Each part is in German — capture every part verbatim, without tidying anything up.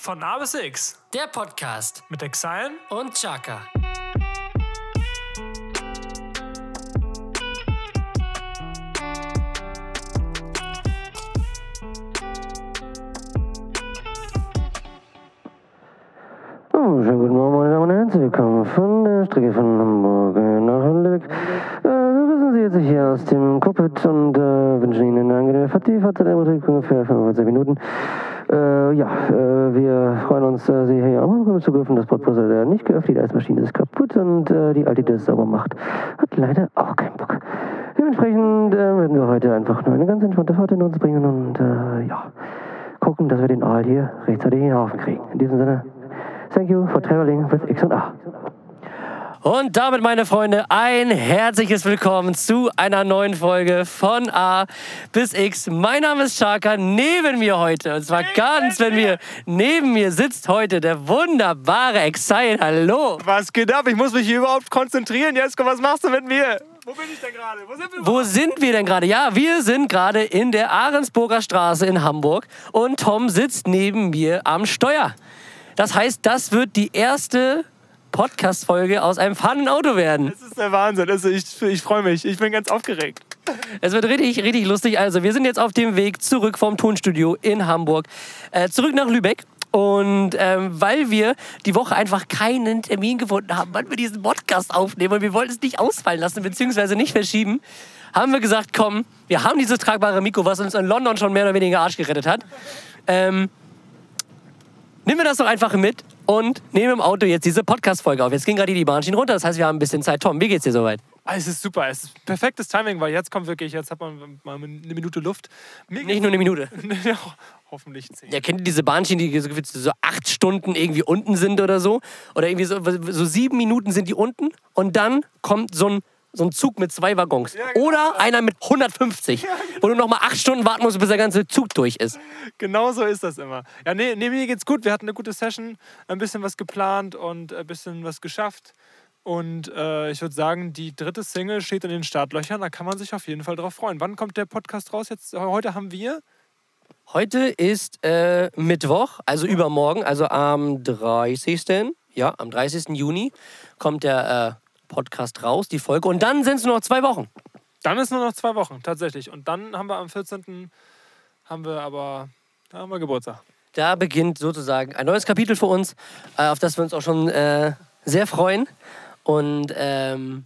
Von A bis X. Der Podcast Mit Exile und Chaka. Oh, schönen guten Morgen, meine Damen und Herren. Willkommen von der Strecke von Hamburg nach Lübeck. Äh, wir grüßen Sie jetzt hier aus dem Cockpit und äh, wünschen Ihnen eine angenehme Fahrt. Die Fahrt der Musik ungefähr fünfundvierzig Minuten. Äh, ja, äh, wir freuen uns, äh, Sie hier auch noch zu dürfen. Das Bordpuzzle der nicht geöffnete Eismaschine ist kaputt und äh, die Alte, die das sauber macht, hat leider auch keinen Bock. Dementsprechend äh, werden wir heute einfach nur eine ganz entspannte Fahrt in uns bringen und äh, ja, gucken, dass wir den Aal hier rechtzeitig in den Hafen kriegen. In diesem Sinne, thank you for traveling with X und A. Und damit, meine Freunde, ein herzliches Willkommen zu einer neuen Folge von A bis X. Mein Name ist Chaka, neben mir heute, und zwar ganz, wenn wir neben mir sitzt heute der wunderbare Exile. Hallo. Was geht ab? Ich muss mich hier überhaupt konzentrieren. Jesko, was machst du mit mir? Wo bin ich denn gerade? Wo sind wir? Wo sind wir denn gerade? Ja, wir sind gerade in der Ahrensburger Straße in Hamburg und Tom sitzt neben mir am Steuer. Das heißt, das wird die erste Podcast-Folge aus einem fahrenden Auto werden. Das ist der Wahnsinn. Also ich, ich freue mich. Ich bin ganz aufgeregt. Es wird richtig, richtig lustig. Also wir sind jetzt auf dem Weg zurück vom Tonstudio in Hamburg, äh, zurück nach Lübeck. Und ähm, weil wir die Woche einfach keinen Termin gefunden haben, wann wir diesen Podcast aufnehmen und wir wollten es nicht ausfallen lassen, beziehungsweise nicht verschieben, haben wir gesagt, komm, wir haben dieses tragbare Mikro, was uns in London schon mehr oder weniger Arsch gerettet hat. Ähm, Nehmen wir das doch einfach mit und nehmen im Auto jetzt diese Podcast-Folge auf. Jetzt ging gerade die Bahnschienen runter, das heißt, wir haben ein bisschen Zeit. Tom, wie geht's dir soweit? Es ist super, es ist perfektes Timing, weil jetzt kommt wirklich, jetzt hat man mal eine Minute Luft. Mir Nicht nur eine Minute. Ja, hoffentlich zehn. Ja, kennt ihr diese Bahnschienen, die so, so acht Stunden irgendwie unten sind oder so? Oder irgendwie so, so sieben Minuten sind die unten und dann kommt so ein So ein Zug mit zwei Waggons. Ja, genau. Oder einer mit hundertfünfzig. Ja, genau. Wo du noch mal acht Stunden warten musst, bis der ganze Zug durch ist. Genau so ist das immer. Ja, nee, nee, mir geht's gut. Wir hatten eine gute Session, ein bisschen was geplant und ein bisschen was geschafft. Und äh, ich würde sagen, die dritte Single steht in den Startlöchern. Da kann man sich auf jeden Fall drauf freuen. Wann kommt der Podcast raus? Jetzt, heute haben wir... Heute ist äh, Mittwoch, also übermorgen, also am dreißigsten Ja, am dreißigsten Juni kommt der... Äh, Podcast raus, die Folge. Und dann sind es nur noch zwei Wochen. Dann ist nur noch zwei Wochen, tatsächlich. Und dann haben wir am vierzehnten haben wir aber da haben wir Geburtstag. Da beginnt sozusagen ein neues Kapitel für uns, auf das wir uns auch schon äh, sehr freuen. Und ähm,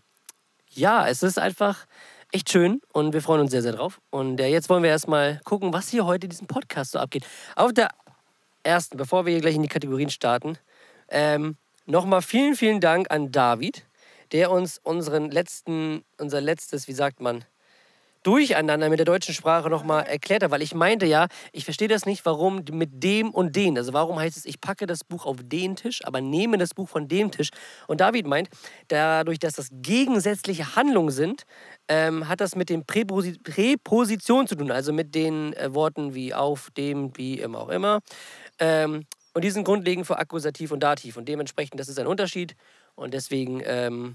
ja, es ist einfach echt schön und wir freuen uns sehr, sehr drauf. Und äh, jetzt wollen wir erstmal gucken, was hier heute in diesem Podcast so abgeht. Auf der ersten, bevor wir hier gleich in die Kategorien starten, ähm, nochmal vielen, vielen Dank an David, der uns unseren letzten, unser letztes, wie sagt man, Durcheinander mit der deutschen Sprache nochmal erklärt hat. Weil ich meinte ja, ich verstehe das nicht, warum mit dem und den. Also warum heißt es, ich packe das Buch auf den Tisch, aber nehme das Buch von dem Tisch. Und David meint, dadurch, dass das gegensätzliche Handlungen sind, ähm, hat das mit den Präposi Präpositionen zu tun. Also mit den äh, Worten wie auf, dem, wie immer auch immer. Ähm, und die sind grundlegend für Akkusativ und Dativ. Und dementsprechend, das ist ein Unterschied. Und deswegen, ähm,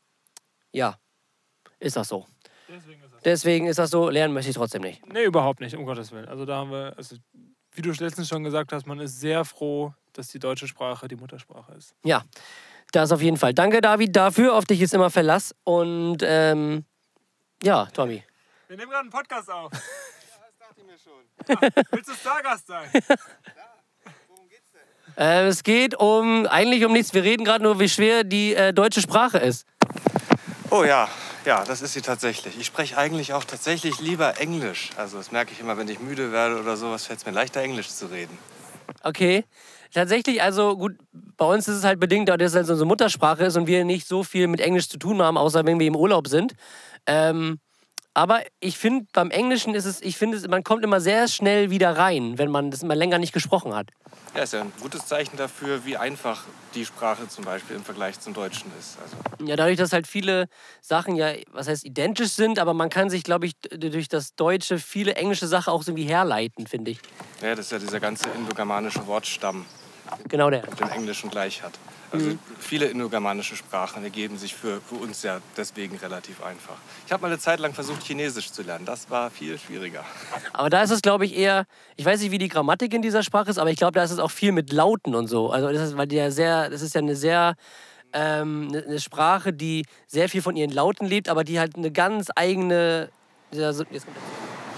ja, ist das so. Deswegen ist das, deswegen ist das so. Lernen möchte ich trotzdem nicht. Nee, überhaupt nicht, um Gottes Willen. Also da haben wir, also, wie du letztens schon gesagt hast, man ist sehr froh, dass die deutsche Sprache die Muttersprache ist. Ja, das auf jeden Fall. Danke, David, dafür. Auf dich ist immer Verlass. Und, ähm, ja, Tommy. Wir nehmen gerade einen Podcast auf. Ja, das dachte ich mir schon. Ah, willst du Stargast sein? Äh, es geht um eigentlich um nichts. Wir reden gerade nur, wie schwer die äh, deutsche Sprache ist. Oh ja, ja, das ist sie tatsächlich. Ich spreche eigentlich auch tatsächlich lieber Englisch. Also das merke ich immer, wenn ich müde werde oder sowas, fällt es mir leichter, Englisch zu reden. Okay. Tatsächlich, also gut, bei uns ist es halt bedingt, dass das halt unsere Muttersprache ist und wir nicht so viel mit Englisch zu tun haben, außer wenn wir im Urlaub sind. Ähm, aber ich finde, beim Englischen ist es, ich finde, man kommt immer sehr schnell wieder rein, wenn man das immer länger nicht gesprochen hat. Ja, ist ja ein gutes Zeichen dafür, wie einfach die Sprache zum Beispiel im Vergleich zum Deutschen ist. Also ja, dadurch, dass halt viele Sachen ja, was heißt, identisch sind, aber man kann sich, glaube ich, durch das Deutsche viele englische Sachen auch irgendwie herleiten, finde ich. ja, das ist ja dieser ganze indogermanische Wortstamm, Genau der. der den Englischen gleich hat. Also Mhm. viele indogermanische Sprachen ergeben sich für, für uns ja deswegen relativ einfach. Ich habe mal eine Zeit lang versucht, Chinesisch zu lernen. Das war viel schwieriger. Aber da ist es, glaube ich, eher, ich weiß nicht, wie die Grammatik in dieser Sprache ist, aber ich glaube, da ist es auch viel mit Lauten und so. Also das ist, weil die ja sehr, das ist ja eine sehr, ähm, eine eine Sprache, die sehr viel von ihren Lauten lebt, aber die halt eine ganz eigene, ja, so- jetzt kommt der-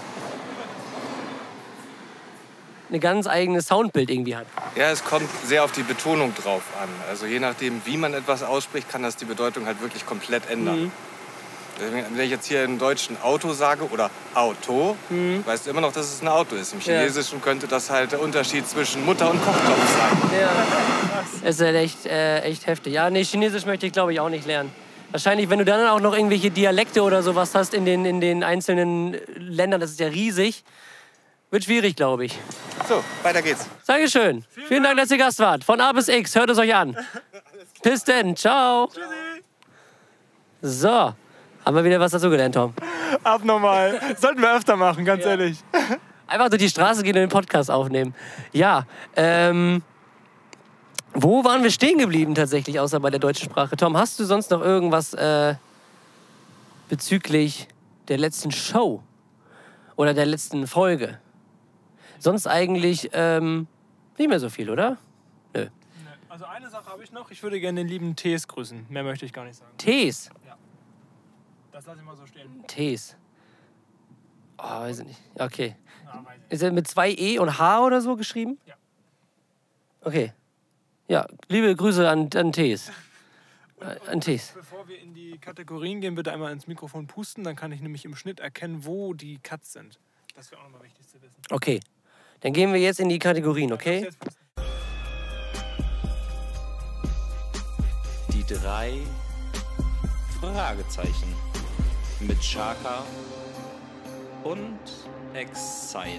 eine ganz eigene Soundbild irgendwie hat. Ja, es kommt sehr auf die Betonung drauf an. Also je nachdem, wie man etwas ausspricht, kann das die Bedeutung halt wirklich komplett ändern. Mhm. Wenn ich jetzt hier im Deutschen Auto sage oder Auto, Mhm. weißt du immer noch, dass es ein Auto ist. Im Ja. Chinesischen könnte das halt der Unterschied zwischen Mutter und Kochtopf sein. Ja. Das ist halt echt, äh, echt heftig. Ja, nee, Chinesisch möchte ich, glaube ich, auch nicht lernen. Wahrscheinlich, wenn du dann auch noch irgendwelche Dialekte oder sowas hast in den, in den einzelnen Ländern, das ist ja riesig, wird schwierig, glaube ich. So, weiter geht's. Dankeschön. Vielen, Vielen Dank, dass ihr Gast wart. Von A bis X. Hört es euch an. Bis denn. Ciao. So. Haben wir wieder was dazugelernt, Tom? Abnormal. Sollten wir öfter machen, ganz Ja. ehrlich. Einfach durch die Straße gehen und den Podcast aufnehmen. Ja, ähm... Wo waren wir stehen geblieben tatsächlich, außer bei der deutschen Sprache? Tom, hast du sonst noch irgendwas äh, bezüglich der letzten Show? Oder der letzten Folge? Sonst eigentlich ähm, nicht mehr so viel, oder? Nö. Also eine Sache habe ich noch. Ich würde gerne den lieben Tees grüßen. Mehr möchte ich gar nicht sagen. Tees. Das lasse ich mal so stehen. Tees. Oh, weiß ich nicht. Okay. Ah, weiß ich. Ist er mit zwei E und H oder so geschrieben? Ja. Okay. Ja, liebe Grüße an, an Tees. Äh, An Tees. Bevor wir in die Kategorien gehen, bitte einmal ins Mikrofon pusten. Dann kann ich nämlich im Schnitt erkennen, wo die Cuts sind. Das wäre auch nochmal wichtig zu wissen. Okay. Dann gehen wir jetzt in die Kategorien, okay? Jetzt pusten. Die drei Fragezeichen mit Chaka und Exile.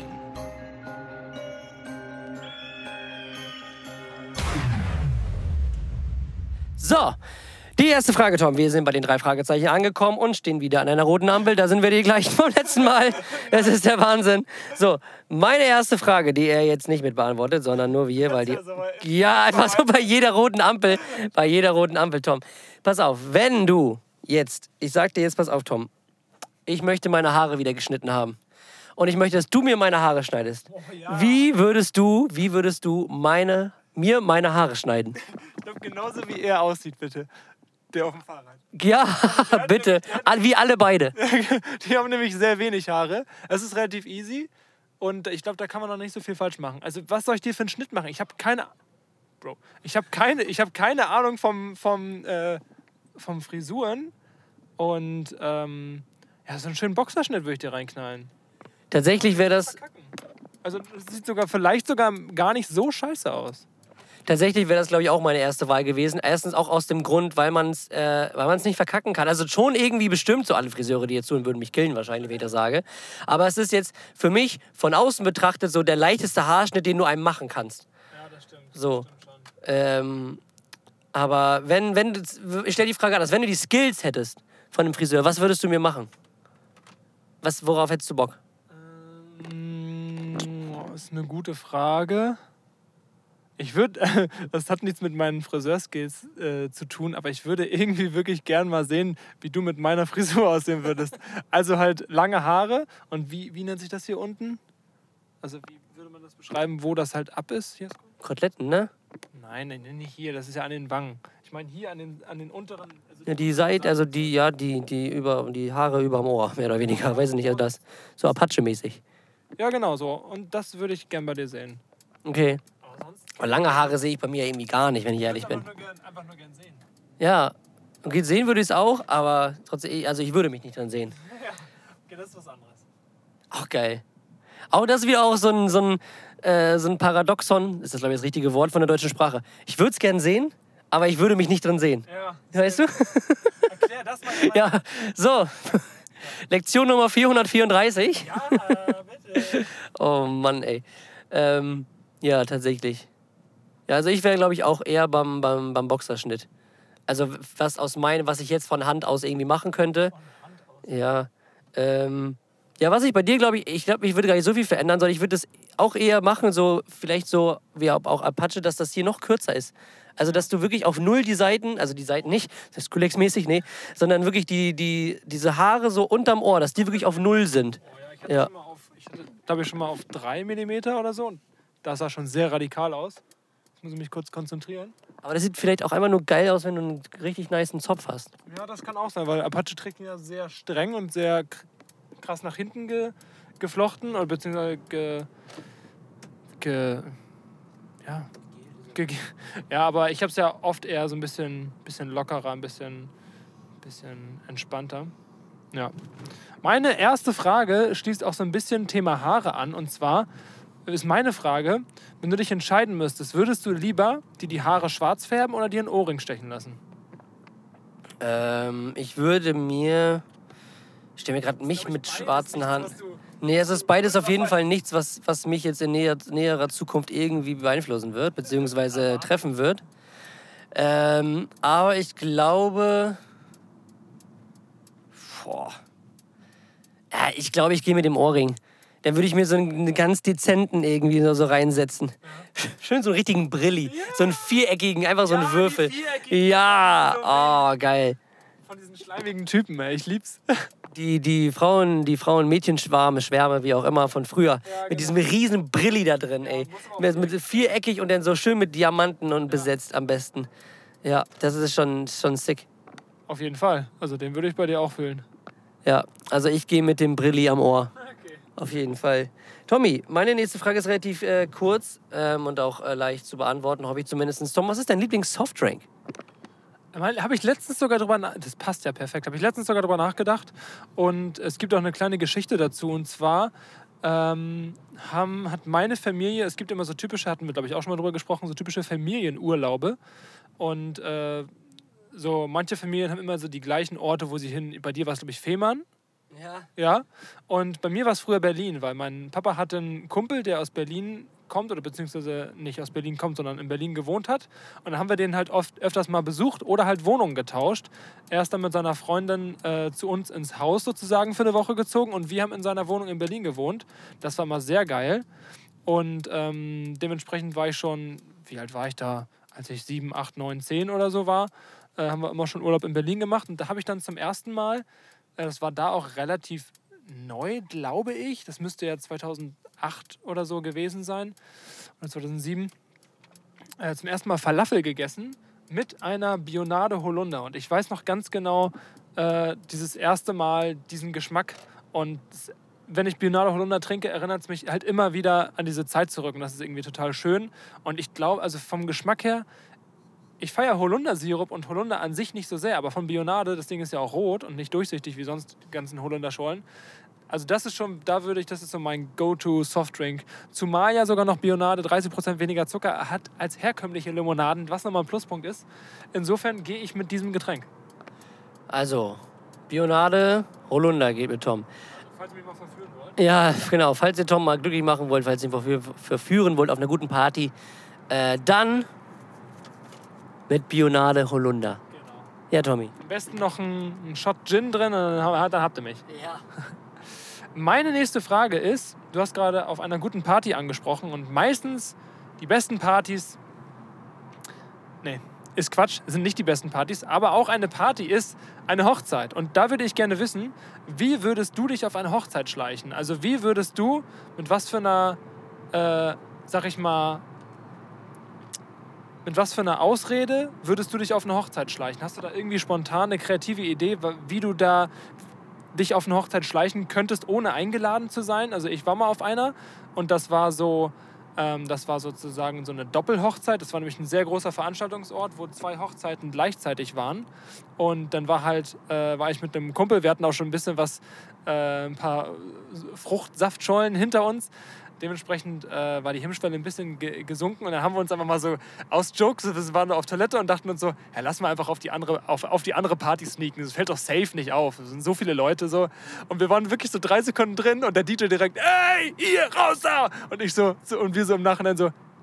So, die erste Frage, Tom. Wir sind bei den drei Fragezeichen angekommen und stehen wieder an einer roten Ampel. Da sind wir die gleichen vom letzten Mal. Das ist der Wahnsinn. So, meine erste Frage, die er jetzt nicht mit beantwortet, sondern nur wir, weil die... Ja, einfach so bei jeder roten Ampel. Bei jeder roten Ampel, Tom. Pass auf, wenn du jetzt... Ich sag dir jetzt, pass auf, Tom. Ich möchte meine Haare wieder geschnitten haben. Und ich möchte, dass du mir meine Haare schneidest. Wie würdest du, wie würdest du meine, mir meine Haare schneiden? Ich glaube, genauso wie er aussieht, bitte. Der auf dem Fahrrad. Ja, bitte. All- Wie alle beide. Die haben nämlich sehr wenig Haare. Es ist relativ easy. Und ich glaube, da kann man noch nicht so viel falsch machen. Also, was soll ich dir für einen Schnitt machen? Ich habe keine... Bro. Ich habe keine, ich hab keine Ahnung vom, vom, äh, vom Frisuren. Und ähm, ja, so einen schönen Boxerschnitt würde ich dir reinknallen. Tatsächlich wäre das, Kacken. Also, das sieht sogar vielleicht sogar gar nicht so scheiße aus. tatsächlich wäre das, glaube ich, auch meine erste Wahl gewesen. Erstens auch aus dem Grund, weil man es äh, weil man's nicht verkacken kann. Also schon irgendwie bestimmt, so alle Friseure, die jetzt tun, würden mich killen wahrscheinlich, wenn ich das sage. Aber es ist jetzt für mich von außen betrachtet so der leichteste Haarschnitt, den du einem machen kannst. Ja, das stimmt. So. Ähm, aber wenn, wenn du, ich stelle die Frage anders, wenn du die Skills hättest von einem Friseur, was würdest du mir machen? Was, worauf hättest du Bock? Mm, Das ist eine gute Frage. Ich würde, das hat nichts mit meinen Friseurskills äh, zu tun, aber ich würde irgendwie wirklich gern mal sehen, wie du mit meiner Frisur aussehen würdest. Also halt lange Haare und wie, wie nennt sich das hier unten? Also wie würde man das beschreiben, wo das halt ab ist? Hier ist Koteletten, ne? Nein, nein, nicht hier, das ist ja an den Wangen. Ich meine hier an den, an den unteren... Also Ja, die Seite, also die, ja, die, die, über, die Haare überm Ohr, mehr oder weniger. Weiß ich nicht, also das. So Apache-mäßig. Ja, genau so. Und das würde ich gern bei dir sehen. Okay. Aber sonst Aber lange Haare sehe ich bei mir irgendwie gar nicht, wenn ich ehrlich bin. einfach nur gern, einfach nur gern sehen. Ja. Okay, sehen würde ich es auch, aber trotzdem, also ich würde mich nicht dran sehen. Okay, das ist was anderes. Auch geil. Auch das ist wieder auch so ein, so ein, äh, so ein Paradoxon, ist das, glaube ich, das richtige Wort von der deutschen Sprache. Ich würde es gern sehen, aber ich würde mich nicht dran sehen. Ja. Weißt du? Erklär das mal. Ja, so. Lektion Nummer vierhundertvierunddreißig. Ja, äh, bitte. Oh Mann, ey. Ähm, ja, tatsächlich. Ja, also ich wäre, glaube ich, auch eher beim, beim, beim Boxerschnitt. Also was aus mein, was ich jetzt von Hand aus irgendwie machen könnte. Ja. Ähm, Ja, was ich bei dir, glaube ich, ich glaube, ich würde gar nicht so viel verändern, sondern ich würde das auch eher machen, so vielleicht so wie auch Apache, dass das hier noch kürzer ist. Also, dass du wirklich auf null die Seiten, also die Seiten nicht, das ist Kulex-mäßig, nee, sondern wirklich die, die, diese Haare so unterm Ohr, dass die wirklich auf null sind. Oh ja, ich hatte Ja. schon mal auf, ich hatte, glaube ich, schon mal auf drei Millimeter oder so. Und das sah schon sehr radikal aus. Jetzt muss ich mich kurz konzentrieren. Aber das sieht vielleicht auch einfach nur geil aus, wenn du einen richtig nicen Zopf hast. Ja, das kann auch sein, weil Apache trägt ihn ja sehr streng und sehr k- krass nach hinten ge, geflochten oder beziehungsweise ge, ge, ja, ge, ja, aber ich habe es ja oft eher so ein bisschen, bisschen lockerer, ein bisschen, bisschen entspannter. Ja. Meine erste Frage schließt auch so ein bisschen Thema Haare an und zwar ist meine Frage, wenn du dich entscheiden müsstest, würdest du lieber dir die Haare schwarz färben oder dir einen Ohrring stechen lassen? Ähm, ich würde mir. Ich stelle mir gerade mich mit schwarzen Haaren. Nee, es ist beides auf jeden Fall nichts, was, was mich jetzt in näher, näherer Zukunft irgendwie beeinflussen wird, beziehungsweise treffen wird. Ähm, aber ich glaube. Boah. Ja, ich glaube, ich gehe mit dem Ohrring. Dann würde ich mir so einen ganz dezenten irgendwie so, so reinsetzen. Schön so einen richtigen Brilli. So einen viereckigen, einfach so einen Ja, die Würfel. viereckigen, Ja, so oh, geil. Von diesen schleimigen Typen, ey. Ich lieb's. Die, die Frauen, die Frauen-Mädchenschwarme, Schwärme, wie auch immer, von früher. genau. Mit diesem riesen Brilli da drin, ey. Mit, mit viereckig und dann so schön mit Diamanten und besetzt am besten. Ja, das ist schon, schon sick. Auf jeden Fall. Also den würde ich bei dir auch fühlen. Ja, also ich gehe mit dem Brilli am Ohr. Okay. Auf jeden Fall. Tommy, meine nächste Frage ist relativ äh, kurz ähm, und auch äh, leicht zu beantworten, hoffe ich zumindest. Tom, was ist dein Lieblings-Softdrink? Habe ich letztens sogar drüber nach... Das passt ja perfekt. Habe ich letztens sogar drüber nachgedacht. Und es gibt auch eine kleine Geschichte dazu. Und zwar ähm, haben, hat meine Familie... Es gibt immer so typische, hatten wir glaube ich auch schon mal drüber gesprochen, so typische Familienurlaube. Und äh, so manche Familien haben immer so die gleichen Orte, wo sie hin... Bei dir war es glaube ich Fehmarn. Ja. Ja, und bei mir war es früher Berlin, weil mein Papa hatte einen Kumpel, der aus Berlin kommt, oder beziehungsweise nicht aus Berlin kommt, sondern in Berlin gewohnt hat. Und dann haben wir den halt oft öfters mal besucht oder halt Wohnungen getauscht. Er ist dann mit seiner Freundin äh, zu uns ins Haus sozusagen für eine Woche gezogen und wir haben in seiner Wohnung in Berlin gewohnt. Das war mal sehr geil. Und ähm, dementsprechend war ich schon, wie alt war ich da, als ich sieben, acht, neun, zehn oder so war, äh, haben wir immer schon Urlaub in Berlin gemacht. Und da habe ich dann zum ersten Mal, das war da auch relativ neu, glaube ich. Das müsste ja zweitausendacht oder so gewesen sein. Oder zweitausendsieben. Äh, zum ersten Mal Falafel gegessen mit einer Bionade Holunder. Und ich weiß noch ganz genau äh, dieses erste Mal diesen Geschmack. Und das, wenn ich Bionade Holunder trinke, erinnert es mich halt immer wieder an diese Zeit zurück. Und das ist irgendwie total schön. Und ich glaube, also vom Geschmack her, ich feiere Holundersirup und Holunder an sich nicht so sehr, aber von Bionade, das Ding ist ja auch rot und nicht durchsichtig wie sonst die ganzen Holunderschollen. Also das ist schon, da würde ich, das ist so mein Go-To-Softdrink. Zumal ja sogar noch Bionade dreißig Prozent weniger Zucker hat als herkömmliche Limonaden, was nochmal ein Pluspunkt ist. Insofern gehe ich mit diesem Getränk. Also, Bionade, Holunder geht mit Tom. Falls ihr mich mal verführen wollt. Ja, genau. Falls ihr Tom mal glücklich machen wollt, falls ihr ihn verfü- verführen wollt auf einer guten Party, äh, dann mit Bionade Holunder. Genau. Ja, Tommy. Am besten noch ein, ein Shot Gin drin, dann, dann habt ihr mich. Ja. Meine nächste Frage ist, du hast gerade auf einer guten Party angesprochen und meistens die besten Partys, nee, ist Quatsch, sind nicht die besten Partys, aber auch eine Party ist eine Hochzeit. Und da würde ich gerne wissen, wie würdest du dich auf eine Hochzeit schleichen? Also wie würdest du, mit was für einer, äh, sag ich mal, mit was für einer Ausrede würdest du dich auf eine Hochzeit schleichen? Hast du da irgendwie spontan eine kreative Idee, wie du da dich auf eine Hochzeit schleichen könntest, ohne eingeladen zu sein? Also ich war mal auf einer und das war so, ähm, das war sozusagen so eine Doppelhochzeit. Das war nämlich ein sehr großer Veranstaltungsort, wo zwei Hochzeiten gleichzeitig waren. Und dann war halt, äh, war ich mit einem Kumpel, wir hatten auch schon ein bisschen was, äh, ein paar Fruchtsaftschollen hinter uns. Dementsprechend äh, war die Hemmschwelle ein bisschen ge gesunken und dann haben wir uns einfach mal so aus Jokes, wir waren auf Toilette und dachten uns so, ja, lass mal einfach auf die andere, auf, auf die andere Party sneaken, das fällt doch safe nicht auf, es sind so viele Leute so und wir waren wirklich so drei Sekunden drin und der D J direkt, ey, ihr raus da! Und ich so, so und wir so im Nachhinein so,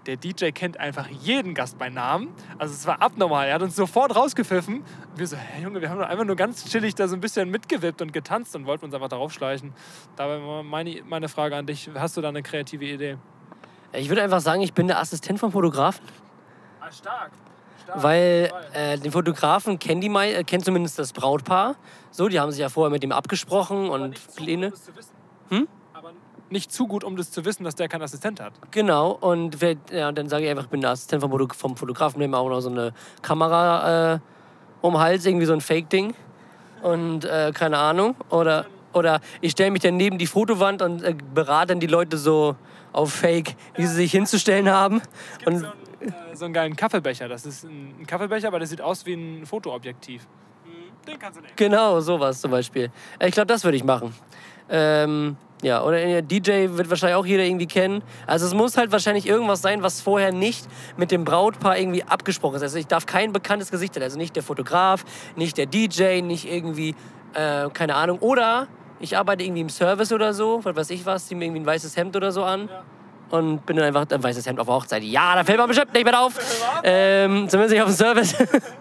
der D J kennt einfach jeden Gast bei Namen. Also es war abnormal. Er hat uns sofort rausgepfiffen. Und wir so, hey Junge, wir haben doch einfach nur ganz chillig da so ein bisschen mitgewippt und getanzt und wollten uns einfach darauf schleichen. Dabei meine, meine Frage an dich, hast du da eine kreative Idee? Ich würde einfach sagen, ich bin der Assistent vom Fotografen. Ah, stark. stark. Weil äh, den Fotografen kennt, die, mei- äh, kennt zumindest das Brautpaar. So, die haben sich ja vorher mit ihm abgesprochen Aber und nicht zu Pläne. gut, um das zu wissen. Hm? Aber nicht zu gut, um das zu wissen, dass der keinen Assistent hat. Genau, und wer, ja, dann sage ich einfach, ich bin der Assistent vom, Foto- vom Fotografen, nehme auch noch so eine Kamera äh, um den Hals, irgendwie so ein Fake-Ding. Und äh, keine Ahnung. Oder, oder ich stelle mich dann neben die Fotowand und äh, berate dann die Leute so auf Fake, wie sie sich hinzustellen haben. Es gibt Und so einen, äh, so einen geilen Kaffeebecher. Das ist ein, ein Kaffeebecher, aber der sieht aus wie ein Fotoobjektiv. Den kannst du nehmen. genau, sowas zum Beispiel. Äh, Ich glaube, das würde ich machen. Ähm, ja, oder der D J wird wahrscheinlich auch jeder irgendwie kennen. Also es muss halt wahrscheinlich irgendwas sein, was vorher nicht mit dem Brautpaar irgendwie abgesprochen ist. Also ich darf kein bekanntes Gesicht sein. Also nicht der Fotograf, nicht der D J, nicht irgendwie, äh, keine Ahnung. Oder ich arbeite irgendwie im Service oder so, was weiß ich was, zieh mir irgendwie ein weißes Hemd oder so an. Ja. Und bin dann einfach ein weißes Hemd auf der Hochzeit. Ja, da fällt man bestimmt nicht mehr auf. Ähm, zumindest nicht auf dem Service.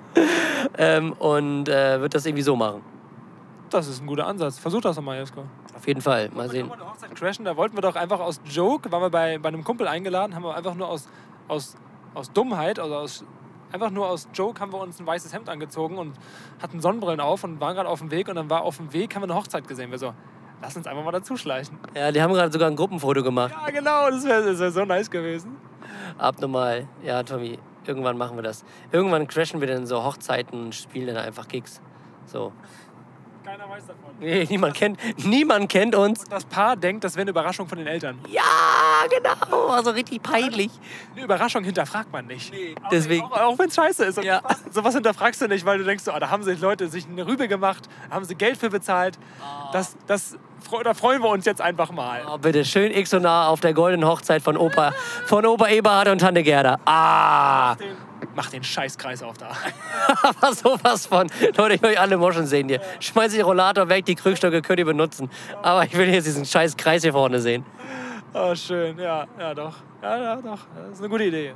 ähm, und äh, wird das irgendwie so machen. Das ist ein guter Ansatz. Versuch das doch mal, Jesko. Auf jeden Fall. Mal sehen. Kann man eine Hochzeit crashen? Da wollten wir doch einfach aus Joke, waren wir bei, bei einem Kumpel eingeladen, haben wir einfach nur aus, aus, aus Dummheit, also aus, einfach nur aus Joke haben wir uns ein weißes Hemd angezogen und hatten Sonnenbrillen auf und waren gerade auf dem Weg und dann war auf dem Weg, haben wir eine Hochzeit gesehen. Wir so, lass uns einfach mal dazuschleichen. Ja, die haben gerade sogar ein Gruppenfoto gemacht. Ja, genau, das wäre das wär so nice gewesen. Abnormal. Ja, Tommy, irgendwann machen wir das. Irgendwann crashen wir dann so Hochzeiten und spielen dann einfach Gigs. So. Keiner weiß davon. Nee, niemand kennt, niemand kennt uns. Das Paar denkt, das wäre eine Überraschung von den Eltern. Ja, genau. Also richtig peinlich. Eine Überraschung hinterfragt man nicht. Deswegen. Auch, auch wenn es scheiße ist. Und Ja. Sowas hinterfragst du nicht, weil du denkst, so, ah, da haben sich Leute sich eine Rübe gemacht, haben sie Geld für bezahlt. Das, das, da freuen wir uns jetzt einfach mal. Oh, bitte, schön X und A auf der goldenen Hochzeit von Opa, von Opa Eberhard und Tante Gerda. Ah, Den, mach den Scheißkreis auf da. aber sowas von. Leute, ich will euch alle Moschen sehen hier. Schmeiß die Rollator weg, die Krückstocke könnt ihr benutzen. Aber ich will jetzt diesen scheiß Kreis hier vorne sehen. Oh, schön. Ja, ja, doch. Ja, ja, doch. Das ist eine gute Idee.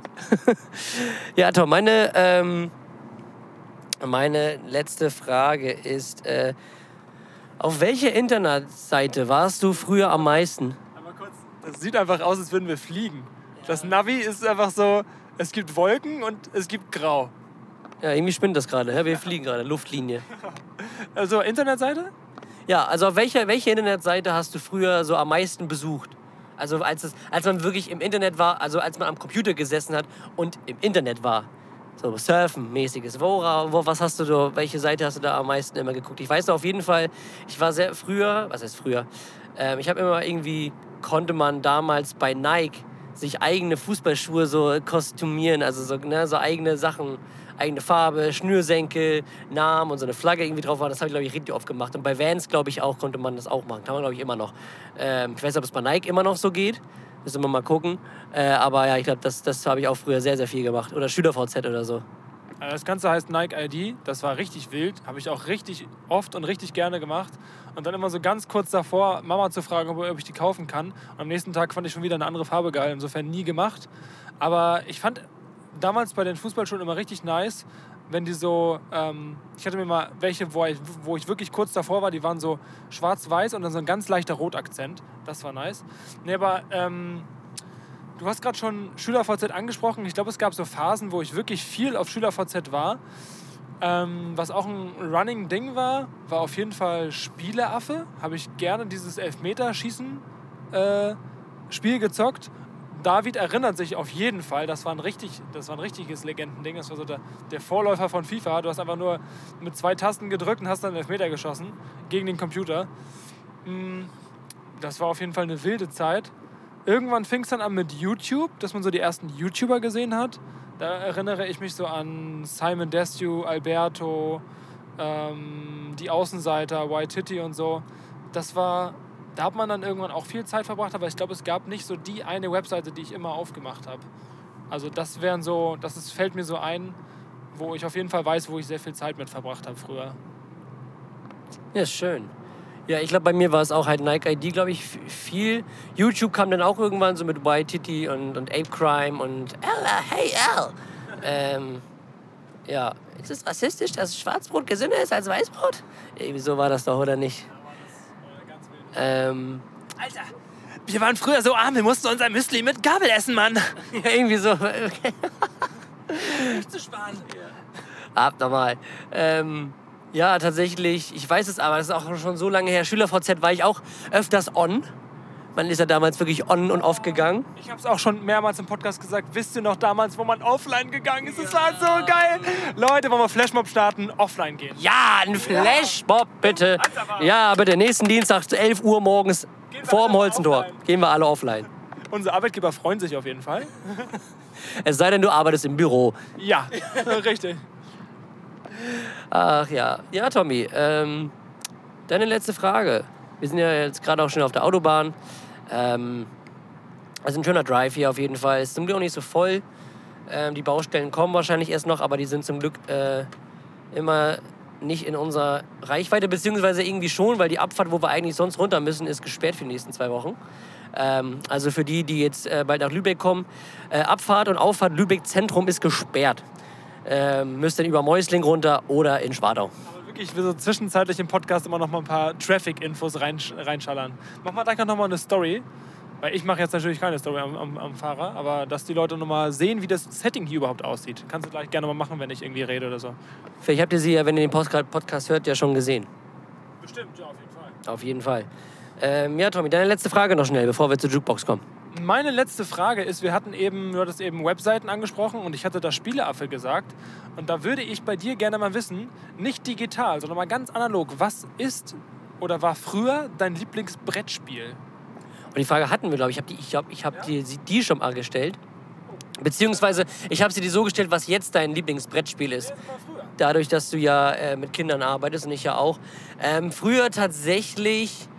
Ja, Tom, meine, ähm, meine letzte Frage ist, äh, auf welcher Internetseite warst du früher am meisten? Aber kurz, das sieht einfach aus, als würden wir fliegen. Das Navi ist einfach so, es gibt Wolken und es gibt Grau. Ja, irgendwie spinnt das gerade. Ja, wir fliegen gerade, Luftlinie. Also Internetseite? Ja, also auf welcher, welche Internetseite hast du früher so am meisten besucht? Also als, es, als man wirklich im Internet war, also als man am Computer gesessen hat und im Internet war. So Surfen-mäßiges. Wo, wo, was hast du da, welche Seite hast du da am meisten immer geguckt? Ich weiß noch auf jeden Fall, ich war sehr früher, was heißt früher? Ähm, ich habe immer irgendwie, konnte man damals bei Nike sich eigene Fußballschuhe so kostümieren, also so, ne, so eigene Sachen, eigene Farbe, Schnürsenkel, Namen und so eine Flagge irgendwie drauf war. Das habe ich, glaube ich, richtig oft gemacht. Und bei Vans, glaube ich, auch, konnte man das auch machen. Kann man, glaube ich, immer noch. Ähm, ich weiß nicht, ob es bei Nike immer noch so geht. Müssen wir mal gucken. Äh, aber ja, ich glaube, das, das habe ich auch früher sehr, sehr viel gemacht. Oder SchülerVZ oder so. Das Ganze heißt Nike I D. Das war richtig wild. Habe ich auch richtig oft und richtig gerne gemacht. Und dann immer so ganz kurz davor, Mama zu fragen, ob ich die kaufen kann. Und am nächsten Tag fand ich schon wieder eine andere Farbe geil. Insofern nie gemacht. Aber ich fand damals bei den Fußballschuhen immer richtig nice, wenn die so, ähm, ich hatte mir mal welche, wo ich, wo ich wirklich kurz davor war, die waren so schwarz-weiß und dann so ein ganz leichter Rotakzent. Das war nice. Nee, aber ähm, du hast gerade schon SchülerVZ angesprochen. Ich glaube, es gab so Phasen, wo ich wirklich viel auf SchülerVZ war. Ähm, was auch ein Running Ding war, war auf jeden Fall Spieleaffe. Habe ich gerne dieses Elfmeterschießen äh, Spiel gezockt. David erinnert sich auf jeden Fall, das war ein, richtig, das war ein richtiges Legendending. Das war so der, der Vorläufer von FIFA. Du hast einfach nur mit zwei Tasten gedrückt und hast dann einen Elfmeter geschossen gegen den Computer. Das war auf jeden Fall eine wilde Zeit. Irgendwann fing es dann an mit YouTube, dass man so die ersten YouTuber gesehen hat. Da erinnere ich mich so an Simon Desue, Alberto, ähm, die Außenseiter, White Titty und so. Das war... Da hat man dann irgendwann auch viel Zeit verbracht, aber ich glaube, es gab nicht so die eine Webseite, die ich immer aufgemacht habe. Also das wären so, das ist, fällt mir so ein, wo ich auf jeden Fall weiß, wo ich sehr viel Zeit mit verbracht habe früher. Ja, ist schön. Ja, ich glaube, bei mir war es auch halt Nike I D, glaube ich, f- viel. YouTube kam dann auch irgendwann so mit Waititi und, und Ape Crime und Ella, hey Al. ähm, ja, ist es rassistisch, dass Schwarzbrot gesünder ist als Weißbrot? Irgendwie so war das doch, oder nicht? Ähm, Alter, wir waren früher so arm, wir mussten unser Müsli mit Gabel essen, Mann. ja, irgendwie so. Nicht zu sparen. Abnormal. Ähm, ja, tatsächlich, ich weiß es aber, das ist auch schon so lange her. SchülerVZ war ich auch öfters on. Man ist ja damals wirklich on und off gegangen. Ich habe es auch schon mehrmals im Podcast gesagt. Wisst ihr noch damals, wo man offline gegangen ist? Es war so geil. Leute, wollen wir Flashmob starten, offline gehen. Ja, ein Flashmob, bitte. Ja, bitte, nächsten Dienstag, elf Uhr morgens wir vor dem alle Holzentor. offline. Gehen wir alle offline. Unsere Arbeitgeber freuen sich auf jeden Fall. Es sei denn, du arbeitest im Büro. Ja, richtig. Ach ja. Ja, Tommy, ähm, deine letzte Frage. Wir sind ja jetzt gerade auch schon auf der Autobahn. Ähm, also ein schöner Drive hier auf jeden Fall. Ist zum Glück auch nicht so voll. Ähm, die Baustellen kommen wahrscheinlich erst noch, aber die sind zum Glück äh, immer nicht in unserer Reichweite, beziehungsweise irgendwie schon, weil die Abfahrt, wo wir eigentlich sonst runter müssen, ist gesperrt für die nächsten zwei Wochen. Ähm, also für die, die jetzt äh, bald nach Lübeck kommen, äh, Abfahrt und Auffahrt Lübeck Zentrum ist gesperrt. Ähm, müsst dann über Mäusling runter oder in Schwadau. Aber wirklich, wir so zwischenzeitlich im Podcast immer noch mal ein paar Traffic-Infos rein, reinschallern. Mach mal gleich noch mal eine Story. Weil ich mache jetzt natürlich keine Story am, am, am Fahrer, aber dass die Leute noch mal sehen, wie das Setting hier überhaupt aussieht. Kannst du gleich gerne mal machen, wenn ich irgendwie rede oder so. Vielleicht habt ihr sie ja, wenn ihr den Post- Podcast hört, ja schon gesehen. Bestimmt, ja, auf jeden Fall. Auf jeden Fall. Ähm, ja, Tommy, deine letzte Frage noch schnell, bevor wir zur Jukebox kommen. Meine letzte Frage ist, wir hatten eben, du hattest eben Webseiten angesprochen und ich hatte das Spieleaffe gesagt. Und da würde ich bei dir gerne mal wissen, nicht digital, sondern mal ganz analog, was ist oder war früher dein Lieblingsbrettspiel? Und die Frage hatten wir, glaube ich. Ich habe die, ich hab, ich hab die, die schon mal gestellt. Beziehungsweise, ich habe sie dir so gestellt, was jetzt dein Lieblingsbrettspiel ist. Dadurch, dass du ja äh, mit Kindern arbeitest und ich ja auch. Ähm, früher tatsächlich...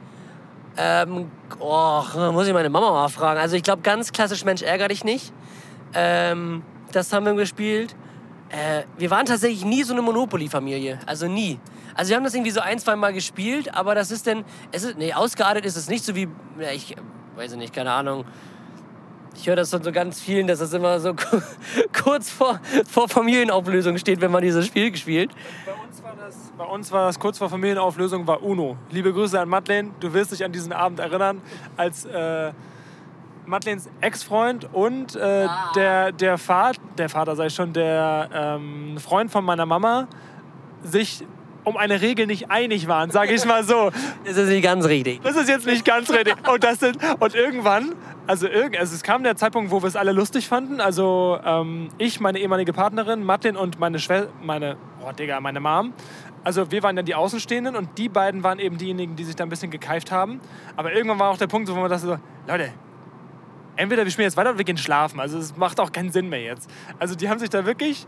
Ähm, oh, muss ich meine Mama mal fragen. Also ich glaube, ganz klassisch Mensch, ärger dich nicht. Ähm, das haben wir gespielt. Äh, wir waren tatsächlich nie so eine Monopoly-Familie. Also nie. Also wir haben das irgendwie so ein, zwei Mal gespielt, aber das ist denn... Es ist, nee, ausgeartet ist es nicht so wie... Ja, ich weiß nicht, keine Ahnung. Ich höre das von so ganz vielen, dass das immer so kurz vor, vor Familienauflösung steht, wenn man dieses Spiel spielt. Bei uns war das, bei uns war das kurz vor Familienauflösung, war Uno. Liebe Grüße an Madeleine, du wirst dich an diesen Abend erinnern, als äh, Madeleines Ex-Freund und äh, Ah. der, der, Vater, der Vater, sag ich schon, der ähm, Freund von meiner Mama sich um eine Regel nicht einig waren, sage ich mal so. Das ist nicht ganz richtig. Das ist jetzt nicht ganz richtig. Und, das sind, und irgendwann, also, irgend, also es kam der Zeitpunkt, wo wir es alle lustig fanden. Also ähm, ich, meine ehemalige Partnerin, Martin und meine Schwester, meine, oh Digga, meine Mom. Also wir waren dann die Außenstehenden und die beiden waren eben diejenigen, die sich da ein bisschen gekeift haben. Aber irgendwann war auch der Punkt, wo man dachte so, Leute, entweder wir spielen jetzt weiter oder wir gehen schlafen. Also es macht auch keinen Sinn mehr jetzt. Also die haben sich da wirklich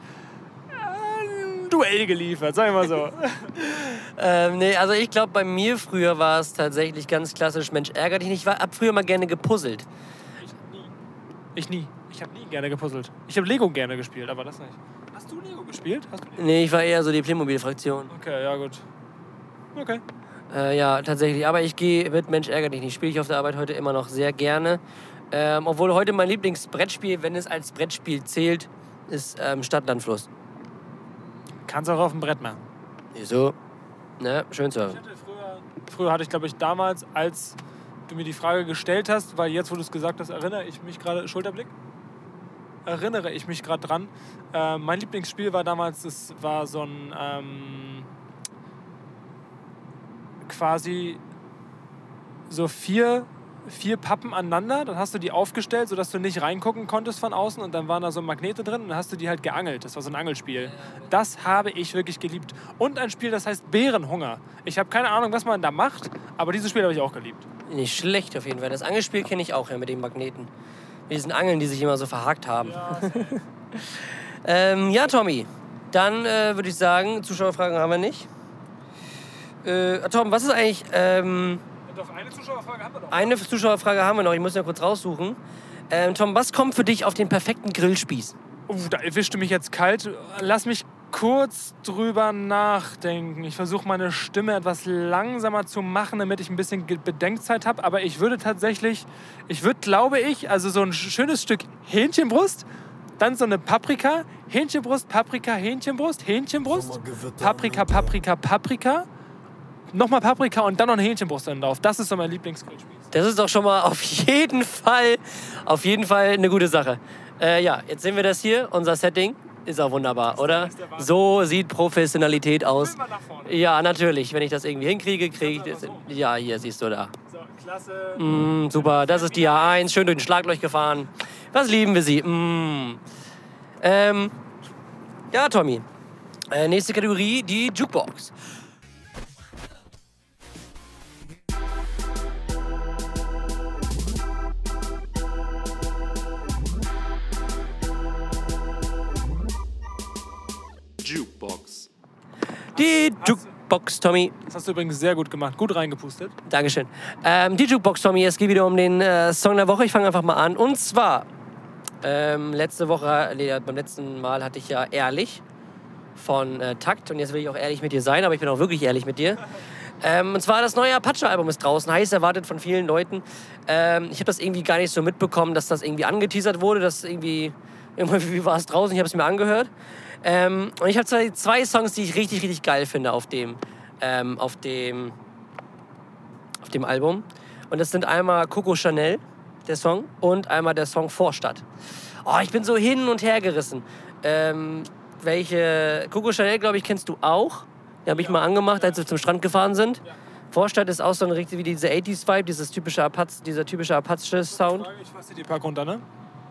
ein Duell geliefert, sag ich mal so. Ähm, nee, also ich glaube, bei mir früher war es tatsächlich ganz klassisch, Mensch, ärger dich nicht. Ich habe früher mal gerne gepuzzelt. Ich nie. Ich habe nie gerne gepuzzelt. Ich habe Lego gerne gespielt, aber das nicht. Hast du Lego gespielt? Hast du Lego? Nee, ich war eher so die Playmobil-Fraktion. Okay, ja gut. Okay. Äh, ja, tatsächlich. Aber ich gehe mit Mensch, ärger dich nicht. Spiele ich auf der Arbeit heute immer noch sehr gerne. Ähm, obwohl heute mein Lieblingsbrettspiel, wenn es als Brettspiel zählt, ist ähm, Stadt, Land, Fluss. Kannst auch auf dem Brett machen. Wieso? Ne, schön zu hören. Ich hatte früher, früher hatte ich, glaube ich, damals, als du mir die Frage gestellt hast, weil jetzt, wo du es gesagt hast, erinnere ich mich gerade, Schulterblick, erinnere ich mich gerade dran. Äh, mein Lieblingsspiel war damals, es war so ein ähm, quasi so vier, vier Pappen aneinander, dann hast du die aufgestellt, sodass du nicht reingucken konntest von außen und dann waren da so Magnete drin und dann hast du die halt geangelt. Das war so ein Angelspiel. Das habe ich wirklich geliebt. Und ein Spiel, das heißt Bärenhunger. Ich habe keine Ahnung, was man da macht, aber dieses Spiel habe ich auch geliebt. Nicht schlecht auf jeden Fall. Das Angelspiel kenne ich auch, ja, mit den Magneten. Mit diesen Angeln, die sich immer so verhakt haben. Ja, ähm, ja Tommy. Dann äh, würde ich sagen, Zuschauerfragen haben wir nicht. Äh, Tom, was ist eigentlich... Ähm, doch, eine Zuschauerfrage haben wir doch. Eine Zuschauerfrage haben wir noch, ich muss ja kurz raussuchen. Ähm, Tom, was kommt für dich auf den perfekten Grillspieß? Uh, da erwischte mich jetzt kalt. Lass mich kurz drüber nachdenken. Ich versuche meine Stimme etwas langsamer zu machen, damit ich ein bisschen Bedenkzeit habe. Aber ich würde tatsächlich, ich würde, glaube ich, also so ein schönes Stück Hähnchenbrust, dann so eine Paprika, Hähnchenbrust, Paprika, Hähnchenbrust, Hähnchenbrust, Paprika, Paprika, Paprika, nochmal Paprika und dann noch eine Hähnchenbrust dann drauf. Das ist so mein Lieblingsgrillspieß. Das ist doch schon mal auf jeden Fall, auf jeden Fall eine gute Sache. Äh, ja, jetzt sehen wir das hier, unser Setting. Ist auch wunderbar, oder? So sieht Professionalität aus. Ja, natürlich. Wenn ich das irgendwie hinkriege, kriege ich das. Ja, hier siehst du da. So, klasse. Mm, super, das ist die A eins, schön durch den Schlagleuch gefahren. Was lieben wir sie? Mm. Ähm, ja, Tommy. Äh, nächste Kategorie, die Jukebox. Jukebox. Die Jukebox, Tommy. Das hast du übrigens sehr gut gemacht. Gut reingepustet. Dankeschön. Ähm, die Jukebox, Tommy, es geht wieder um den äh, Song der Woche. Ich fange einfach mal an. Und zwar, ähm, letzte Woche, nee, beim letzten Mal hatte ich ja Ehrlich von äh, Takt. Und jetzt will ich auch ehrlich mit dir sein, aber ich bin auch wirklich ehrlich mit dir. Ähm, und zwar das neue Apache-Album ist draußen, heiß erwartet von vielen Leuten. Ähm, ich habe das irgendwie gar nicht so mitbekommen, dass das irgendwie angeteasert wurde. Dass irgendwie, irgendwie war es draußen, ich habe es mir angehört. Ähm, und ich habe zwei, zwei Songs, die ich richtig, richtig geil finde auf dem, ähm, auf dem, auf dem Album. Und das sind einmal Coco Chanel, der Song, und einmal der Song Vorstadt. Oh, ich bin so hin und her gerissen. Ähm, welche, Coco Chanel, glaube ich, kennst du auch. Die habe ich mal angemacht, als wir zum Strand gefahren sind. Vorstadt ist auch so ein richtig wie diese achtziger-Vibe, dieses typische Apaz, dieser typische Apache-Sound. Ich fahr City Park runter, ne?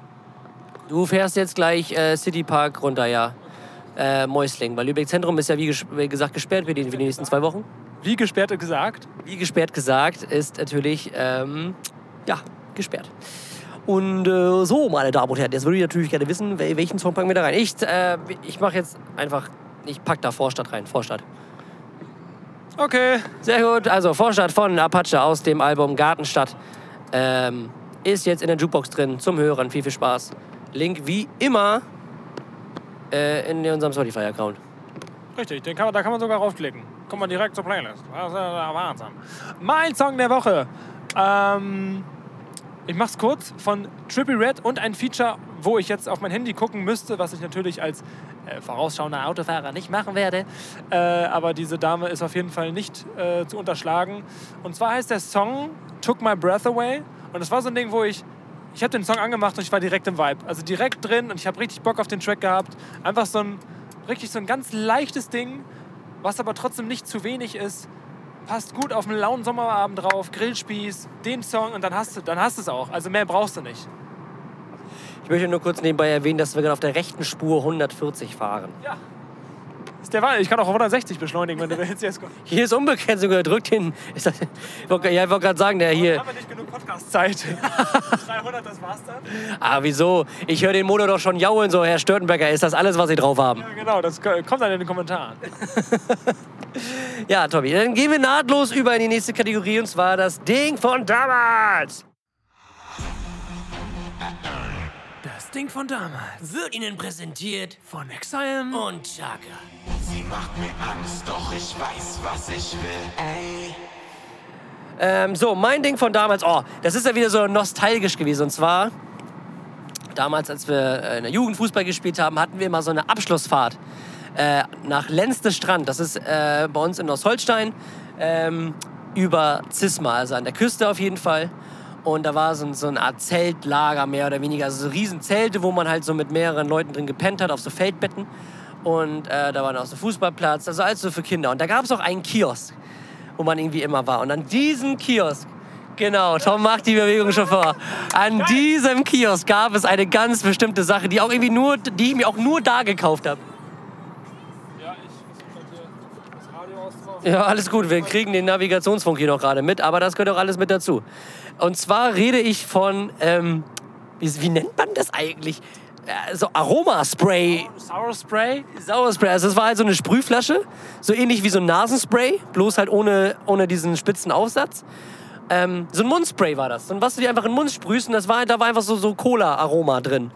Du fährst jetzt gleich äh, City Park runter, ja. Äh, Mäusling, weil Lübeck Zentrum ist ja wie, ges wie gesagt gesperrt für die, für die nächsten zwei Wochen. Wie gesperrt gesagt? Wie gesperrt gesagt ist natürlich, ähm, ja, gesperrt. Und äh, so, meine Damen und Herren, jetzt würde ich natürlich gerne wissen, wel welchen Song packen wir da rein. Ich, äh, ich mache jetzt einfach, ich pack da Vorstadt rein, Vorstadt. Okay. Sehr gut, also Vorstadt von Apache aus dem Album Gartenstadt ähm, ist jetzt in der Jukebox drin, zum Hören, viel, viel Spaß. Link wie immer äh, in unserem Spotify-Account. Richtig, den kann man, da kann man sogar raufklicken. Kommt man direkt zur Playlist. Das ist ja Wahnsinn. Mein Song der Woche. Ähm, ich mach's kurz. Von Trippie Redd und ein Feature, wo ich jetzt auf mein Handy gucken müsste, was ich natürlich als äh, vorausschauender Autofahrer nicht machen werde. Äh, aber diese Dame ist auf jeden Fall nicht äh, zu unterschlagen. Und zwar heißt der Song Took My Breath Away. Und das war so ein Ding, wo ich Ich habe den Song angemacht und ich war direkt im Vibe. Also direkt drin und ich habe richtig Bock auf den Track gehabt. Einfach so ein, richtig so ein ganz leichtes Ding, was aber trotzdem nicht zu wenig ist. Passt gut auf einen lauen Sommerabend drauf, Grillspieß, den Song und dann hast du dann hast du es auch. Also mehr brauchst du nicht. Ich möchte nur kurz nebenbei erwähnen, dass wir gerade auf der rechten Spur hundertvierzig fahren. Ja. Ist der Wahl. Ich kann auch hundertsechzig beschleunigen, wenn du willst. Jetzt kommt. Hier ist unbegrenzt sogar drückt hin. Ist das, ja, ich wollte gerade sagen, der hier. Aber haben wir nicht genug Podcast-Zeit. dreihundert, das war's dann. Ah, wieso? Ich höre den Motor doch schon jaulen, so Herr Störtenbecker. Ist das alles, was Sie drauf haben? Ja, genau, das kommt dann in den Kommentaren. Ja, Tommy, dann gehen wir nahtlos über in die nächste Kategorie und zwar das Ding von damals. Das Ding von damals Wird Ihnen präsentiert von Exile und Chaka. Sie macht mir Angst, doch ich weiß, was ich will. Ey. Ähm, so, mein Ding von damals, oh, das ist ja wieder so nostalgisch gewesen. Und zwar, damals, als wir in der Jugend Fußball gespielt haben, hatten wir immer so eine Abschlussfahrt äh, nach Lenzte Strand. Das ist äh, bei uns in Ostholstein ähm, über Zisma, also an der Küste auf jeden Fall. Und da war so, so eine Art Zeltlager, mehr oder weniger. Also so riesen Zelte, wo man halt so mit mehreren Leuten drin gepennt hat, auf so Feldbetten. Und äh, da war auch so Fußballplatz, also alles so für Kinder. Und da gab es auch einen Kiosk, wo man irgendwie immer war. Und an diesem Kiosk, genau, Tom macht die Bewegung schon vor. An diesem Kiosk gab es eine ganz bestimmte Sache, die, auch irgendwie nur, die ich mir auch nur da gekauft habe. Ja, ich versuche hier das Radio auszumachen. Ja, alles gut, wir kriegen den Navigationsfunk hier noch gerade mit, aber das gehört auch alles mit dazu. Und zwar rede ich von, ähm, wie, wie nennt man das eigentlich? Äh, so Aromaspray. Sour Spray? Sauerspray. Also es war halt so eine Sprühflasche, so ähnlich wie so ein Nasenspray, bloß halt ohne, ohne diesen spitzen Aufsatz. Ähm, so ein Mundspray war das. Und was du dir einfach in den Mund sprühst, und das war, da war einfach so, so Cola-Aroma drin.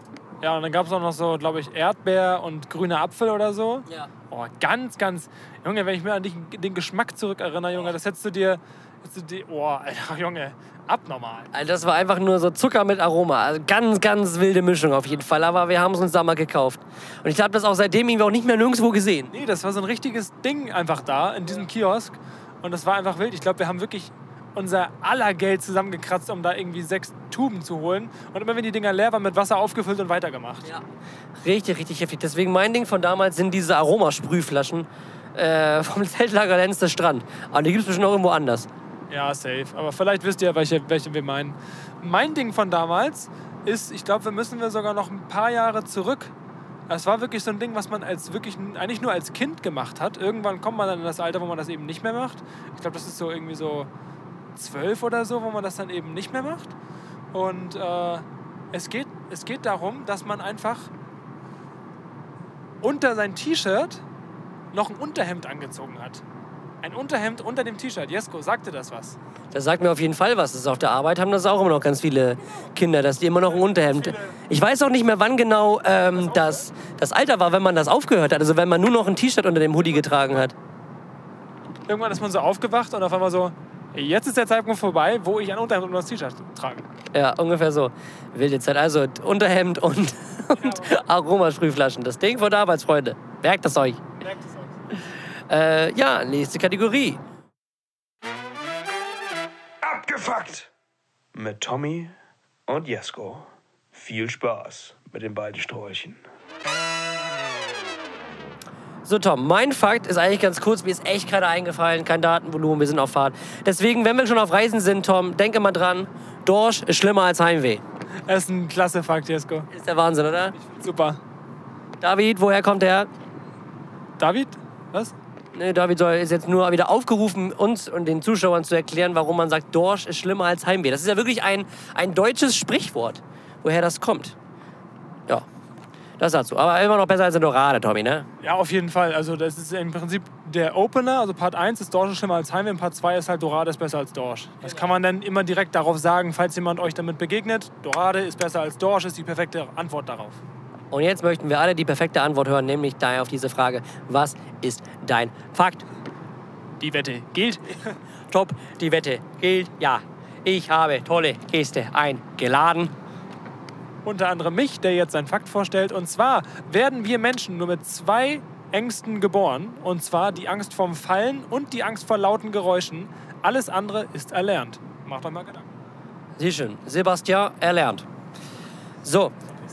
Ja, und dann gab es auch noch so, glaube ich, Erdbeer und grüner Apfel oder so. Ja. Oh, ganz, ganz... Junge, wenn ich mir an dich, den Geschmack zurückerinnere, Junge, das hättest du dir... Hättest du dir oh, Alter, Junge, abnormal. Also das war einfach nur so Zucker mit Aroma. Also ganz, ganz wilde Mischung auf jeden Fall. Aber wir haben es uns da mal gekauft. Und ich habe das auch seitdem irgendwie auch nicht mehr nirgendwo gesehen. Nee, das war so ein richtiges Ding einfach da, in diesem Kiosk. Und das war einfach wild. Ich glaube, wir haben wirklich unser aller Geld zusammengekratzt, um da irgendwie sechs Tuben zu holen. Und immer wenn die Dinger leer waren, mit Wasser aufgefüllt und weitergemacht. Ja. Richtig, richtig heftig. Deswegen mein Ding von damals sind diese Aromasprühflaschen äh, vom Zeltlager Lenzter Strand. Aber die gibt es bestimmt auch irgendwo anders. Ja, safe. Aber vielleicht wisst ihr, welche, welche wir meinen. Mein Ding von damals ist, ich glaube, wir müssen wir sogar noch ein paar Jahre zurück. Es war wirklich so ein Ding, was man als wirklich eigentlich nur als Kind gemacht hat. Irgendwann kommt man dann in das Alter, wo man das eben nicht mehr macht. Ich glaube, das ist so irgendwie so zwölf oder so, wo man das dann eben nicht mehr macht. Und äh, es geht, es geht darum, dass man einfach unter sein T-Shirt noch ein Unterhemd angezogen hat. Ein Unterhemd unter dem T-Shirt. Jesko, sagte das was? Das sagt mir auf jeden Fall was. Das ist auf der Arbeit haben das auch immer noch ganz viele Kinder, dass die immer noch ein Unterhemd... Ich weiß auch nicht mehr, wann genau ähm, das, das Alter war, wenn man das aufgehört hat. Also wenn man nur noch ein T-Shirt unter dem Hoodie getragen hat. Irgendwann ist man so aufgewacht und auf einmal so, jetzt ist der Zeitpunkt vorbei, wo ich ein Unterhemd unter das T-Shirt trage. Ja, ungefähr so. Wilde Zeit. Also Unterhemd und, und Aromasprühflaschen. Das Ding von der Arbeitsfreunde. Merkt das euch. Merkt es euch. Äh, ja, nächste Kategorie. Abgefuckt! Mit Tommy und Jesko. Viel Spaß mit den beiden Sträuchen. So, Tom, mein Fakt ist eigentlich ganz kurz. Mir ist echt gerade eingefallen. Kein Datenvolumen, wir sind auf Fahrt. Deswegen, wenn wir schon auf Reisen sind, Tom, denke mal dran. Dorsch ist schlimmer als Heimweh. Das ist ein klasse Fakt, Jesko. Ist der Wahnsinn, oder? Super. David, woher kommt der? David? Was? Nee, David soll, ist jetzt nur wieder aufgerufen, uns und den Zuschauern zu erklären, warum man sagt, Dorsch ist schlimmer als Heimweh. Das ist ja wirklich ein, ein deutsches Sprichwort, woher das kommt. Ja, das dazu. Aber immer noch besser als eine Dorade, Tommy, ne? Ja, auf jeden Fall. Also das ist im Prinzip der Opener. Also Part eins ist Dorsch ist schlimmer als Heimweh und Part zwei ist halt Dorade ist besser als Dorsch. Das kann man dann immer direkt darauf sagen, falls jemand euch damit begegnet. Dorade ist besser als Dorsch, ist die perfekte Antwort darauf. Und jetzt möchten wir alle die perfekte Antwort hören, nämlich daher auf diese Frage, was ist dein Fakt? Die Wette gilt. Top, die Wette gilt, ja. Ich habe tolle Gäste eingeladen. Unter anderem mich, der jetzt seinen Fakt vorstellt. Und zwar werden wir Menschen nur mit zwei Ängsten geboren. Und zwar die Angst vorm Fallen und die Angst vor lauten Geräuschen. Alles andere ist erlernt. Macht euch mal Gedanken. Sehr schön. Sebastian erlernt. So.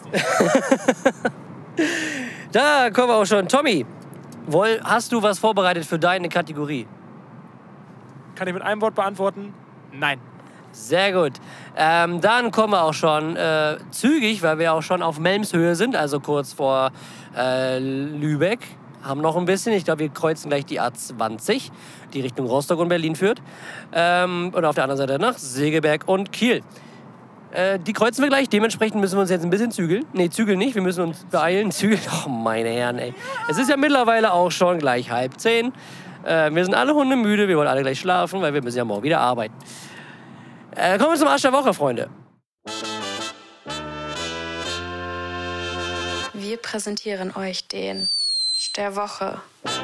Da kommen wir auch schon. Tommy, woll, hast du was vorbereitet für deine Kategorie? Kann ich mit einem Wort beantworten? Nein. Sehr gut. Ähm, dann kommen wir auch schon äh, zügig, weil wir auch schon auf Melmshöhe sind, also kurz vor äh, Lübeck. Haben noch ein bisschen. Ich glaube, wir kreuzen gleich die A zwanzig, die Richtung Rostock und Berlin führt. Ähm, und auf der anderen Seite nach Segeberg und Kiel. Äh, die kreuzen wir gleich. Dementsprechend müssen wir uns jetzt ein bisschen zügeln. Nee, zügeln nicht. Wir müssen uns beeilen. Zügeln. Oh, meine Herren, ey. Es ist ja mittlerweile auch schon gleich halb zehn. Äh, wir sind alle hundemüde. Wir wollen alle gleich schlafen, weil wir müssen ja morgen wieder arbeiten. Äh, kommen wir zum Arsch der Woche, Freunde. Wir präsentieren euch den Arsch der Woche.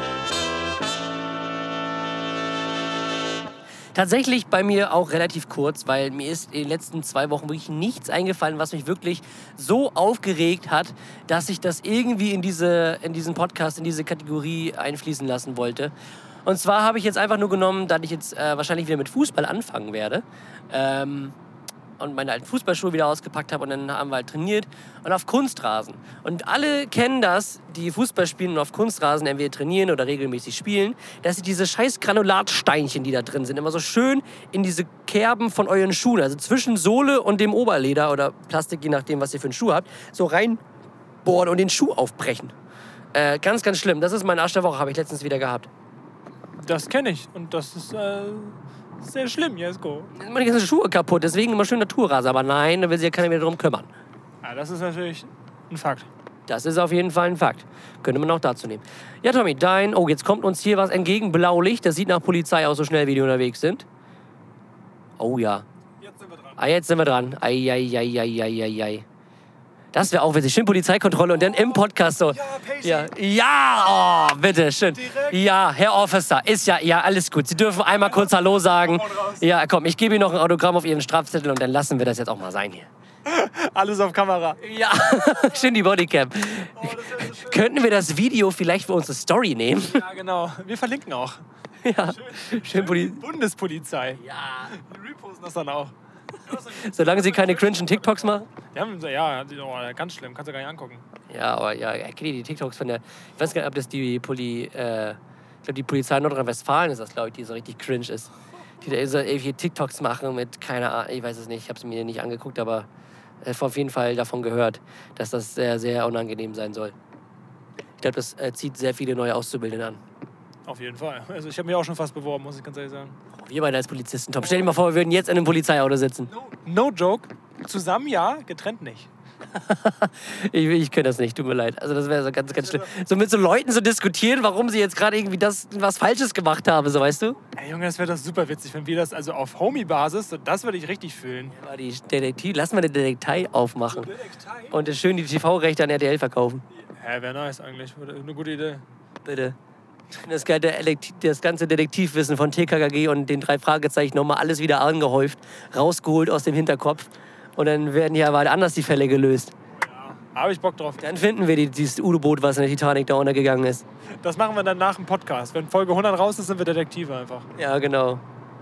Tatsächlich bei mir auch relativ kurz, weil mir ist in den letzten zwei Wochen wirklich nichts eingefallen, was mich wirklich so aufgeregt hat, dass ich das irgendwie in, diese, in diesen Podcast, in diese Kategorie einfließen lassen wollte. Und zwar habe ich jetzt einfach nur genommen, dass ich jetzt äh, wahrscheinlich wieder mit Fußball anfangen werde. Ähm, und meine alten Fußballschuhe wieder ausgepackt habe und dann haben wir halt trainiert und auf Kunstrasen. Und alle kennen das, die Fußball spielen und auf Kunstrasen entweder trainieren oder regelmäßig spielen, dass sie diese scheiß Granulatsteinchen, die da drin sind, immer so schön in diese Kerben von euren Schuhen, also zwischen Sohle und dem Oberleder oder Plastik, je nachdem, was ihr für einen Schuh habt, so reinbohren und den Schuh aufbrechen. Äh, ganz, ganz schlimm. Das ist mein Arsch der Woche, habe ich letztens wieder gehabt. Das kenne ich und das ist äh, sehr schlimm, Jesko. Meine ganzen Schuhe kaputt, deswegen immer schön Naturrasen. Aber nein, da will sich ja keiner mehr drum kümmern. Ja, das ist natürlich ein Fakt. Das ist auf jeden Fall ein Fakt. Könnte man auch dazu nehmen. Ja, Tommy, dein... Oh, jetzt kommt uns hier was entgegen. Blaulicht. Das sieht nach Polizei aus, so schnell wie die unterwegs sind. Oh ja. Jetzt sind wir dran. Ah, jetzt sind wir dran. Ei, ei, ei, ei, ei, ei, ei. Das wäre auch witzig. Schön Polizeikontrolle und dann im Podcast so. Ja, ja, oh, bitte, schön. Ja, Herr Officer, ist ja, ja, alles gut. Sie dürfen einmal kurz Hallo sagen. Ja, komm, ich gebe Ihnen noch ein Autogramm auf Ihren Strafzettel und dann lassen wir das jetzt auch mal sein hier. Alles auf Kamera. Ja, schön die Bodycam. Oh, könnten wir das Video vielleicht für unsere Story nehmen? Ja, genau. Wir verlinken auch. Ja, schön, schön Poli- Bundespolizei. Ja. Wir reposten das dann auch. Solange sie keine cringen TikToks machen? Ja, ja, oh, ganz schlimm. Kannst du gar nicht angucken. Ja, aber ja, kennt ihr die TikToks von der... Ich weiß gar nicht, ob das die Poli... Äh, ich glaube, die Polizei Nordrhein-Westfalen ist das, glaube ich, die so richtig cringe ist. Die da so irgendwelche TikToks machen mit, keine Ahnung, ich weiß es nicht, ich habe es mir nicht angeguckt, aber äh, auf jeden Fall davon gehört, dass das sehr, sehr unangenehm sein soll. Ich glaube, das äh, zieht sehr viele neue Auszubildende an. Auf jeden Fall. Also ich habe mich auch schon fast beworben, muss ich ganz ehrlich sagen. Wir beide als Polizisten, Tom. Stell dir mal vor, wir würden jetzt in einem Polizeiauto sitzen. No, no joke. Zusammen ja, getrennt nicht. ich ich könnte das nicht, tut mir leid. Also das wäre so ganz, ganz schlimm. So mit so Leuten so diskutieren, warum sie jetzt gerade irgendwie das was Falsches gemacht haben, so weißt du? Ey, Junge, das wäre doch super witzig, wenn wir das also auf Homie-Basis, das würde ich richtig fühlen. Ja, die Detektiv, lass mal eine Detektei aufmachen. Detektei? Und schön die T V-Rechte an R T L verkaufen. Ja, wäre nice eigentlich. Eine gute Idee. Bitte. Das, das ganze Detektivwissen von T K K G und den drei Fragezeichen nochmal alles wieder angehäuft, rausgeholt aus dem Hinterkopf. Und dann werden hier aber anders die Fälle gelöst. Ja, habe ich Bock drauf. Dann finden wir die, dieses U-Boot, was in der Titanic da untergegangen ist. Das machen wir dann nach dem Podcast. Wenn Folge hundert raus ist, sind wir Detektive einfach. Ja, genau.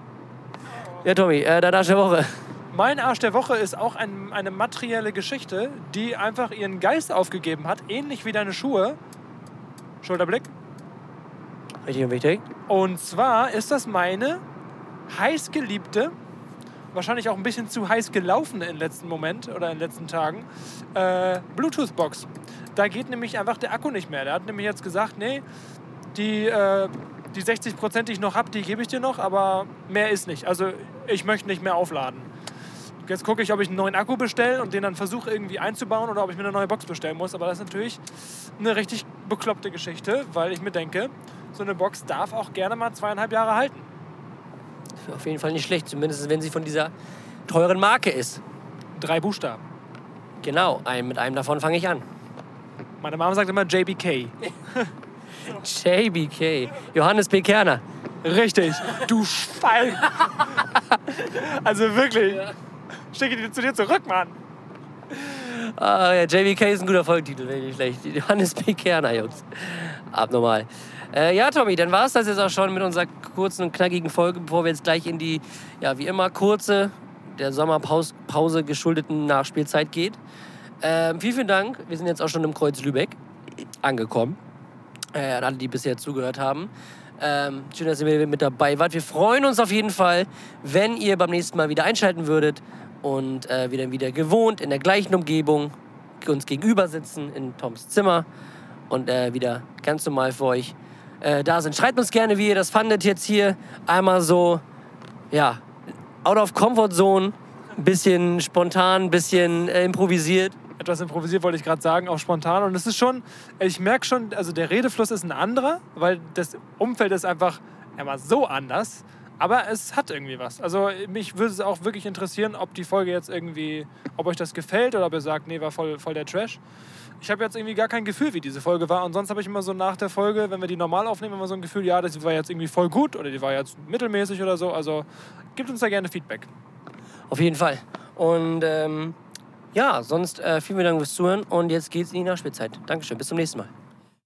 Ja, Tommy, äh, dein Arsch der Woche. Mein Arsch der Woche ist auch ein, eine materielle Geschichte, die einfach ihren Geist aufgegeben hat, ähnlich wie deine Schuhe. Schulterblick. Richtig und wichtig. Und zwar ist das meine heißgeliebte, wahrscheinlich auch ein bisschen zu heiß gelaufen im letzten Moment oder in den letzten Tagen, äh, Bluetooth-Box. Da geht nämlich einfach der Akku nicht mehr. Der hat nämlich jetzt gesagt, nee, die, äh, die sechzig Prozent, die ich noch habe, die gebe ich dir noch, aber mehr ist nicht. Also ich möchte nicht mehr aufladen. Jetzt gucke ich, ob ich einen neuen Akku bestelle und den dann versuche irgendwie einzubauen oder ob ich mir eine neue Box bestellen muss. Aber das ist natürlich eine richtig bekloppte Geschichte, weil ich mir denke, so eine Box darf auch gerne mal zweieinhalb Jahre halten. Auf jeden Fall nicht schlecht, zumindest wenn sie von dieser teuren Marke ist. Drei Buchstaben. Genau, ein, mit einem davon fange ich an. Meine Mama sagt immer J B K. J B K. Johannes B. Kerner. Richtig. Du Schwein. Also wirklich. Schicke die zu dir zurück, Mann. Ah, ja, J B K ist ein guter Folgentitel, wenn nicht schlecht. Johannes B. Kerner, Jungs. Abnormal. Äh, ja, Tommy, dann war es das jetzt auch schon mit unserer kurzen und knackigen Folge, bevor wir jetzt gleich in die, ja, wie immer, kurze, der Sommerpause Pause geschuldeten Nachspielzeit geht. Ähm, vielen, vielen Dank. Wir sind jetzt auch schon im Kreuz Lübeck angekommen. Äh, an alle, die bisher zugehört haben. Ähm, schön, dass ihr mit dabei wart. Wir freuen uns auf jeden Fall, wenn ihr beim nächsten Mal wieder einschalten würdet und äh, wieder wieder gewohnt in der gleichen Umgebung uns gegenüber sitzen in Toms Zimmer und äh, wieder ganz normal für euch äh, da sind. Schreibt uns gerne, wie ihr das fandet jetzt hier. Einmal so, ja, out of comfort zone, ein bisschen spontan, ein bisschen äh, improvisiert. Etwas improvisiert wollte ich gerade sagen, auch spontan. Und es ist schon, ich merke schon, also der Redefluss ist ein anderer, weil das Umfeld ist einfach immer so anders. Aber es hat irgendwie was. Also mich würde es auch wirklich interessieren, ob die Folge jetzt irgendwie, ob euch das gefällt oder ob ihr sagt, nee, war voll, voll der Trash. Ich habe jetzt irgendwie gar kein Gefühl, wie diese Folge war. Und sonst habe ich immer so nach der Folge, wenn wir die normal aufnehmen, immer so ein Gefühl, ja, das war jetzt irgendwie voll gut oder die war jetzt mittelmäßig oder so. Also gebt uns da gerne Feedback. Auf jeden Fall. Und ähm, ja, sonst äh, vielen Dank fürs Zuhören. Und jetzt geht's in die Nachspielzeit. Dankeschön, bis zum nächsten Mal.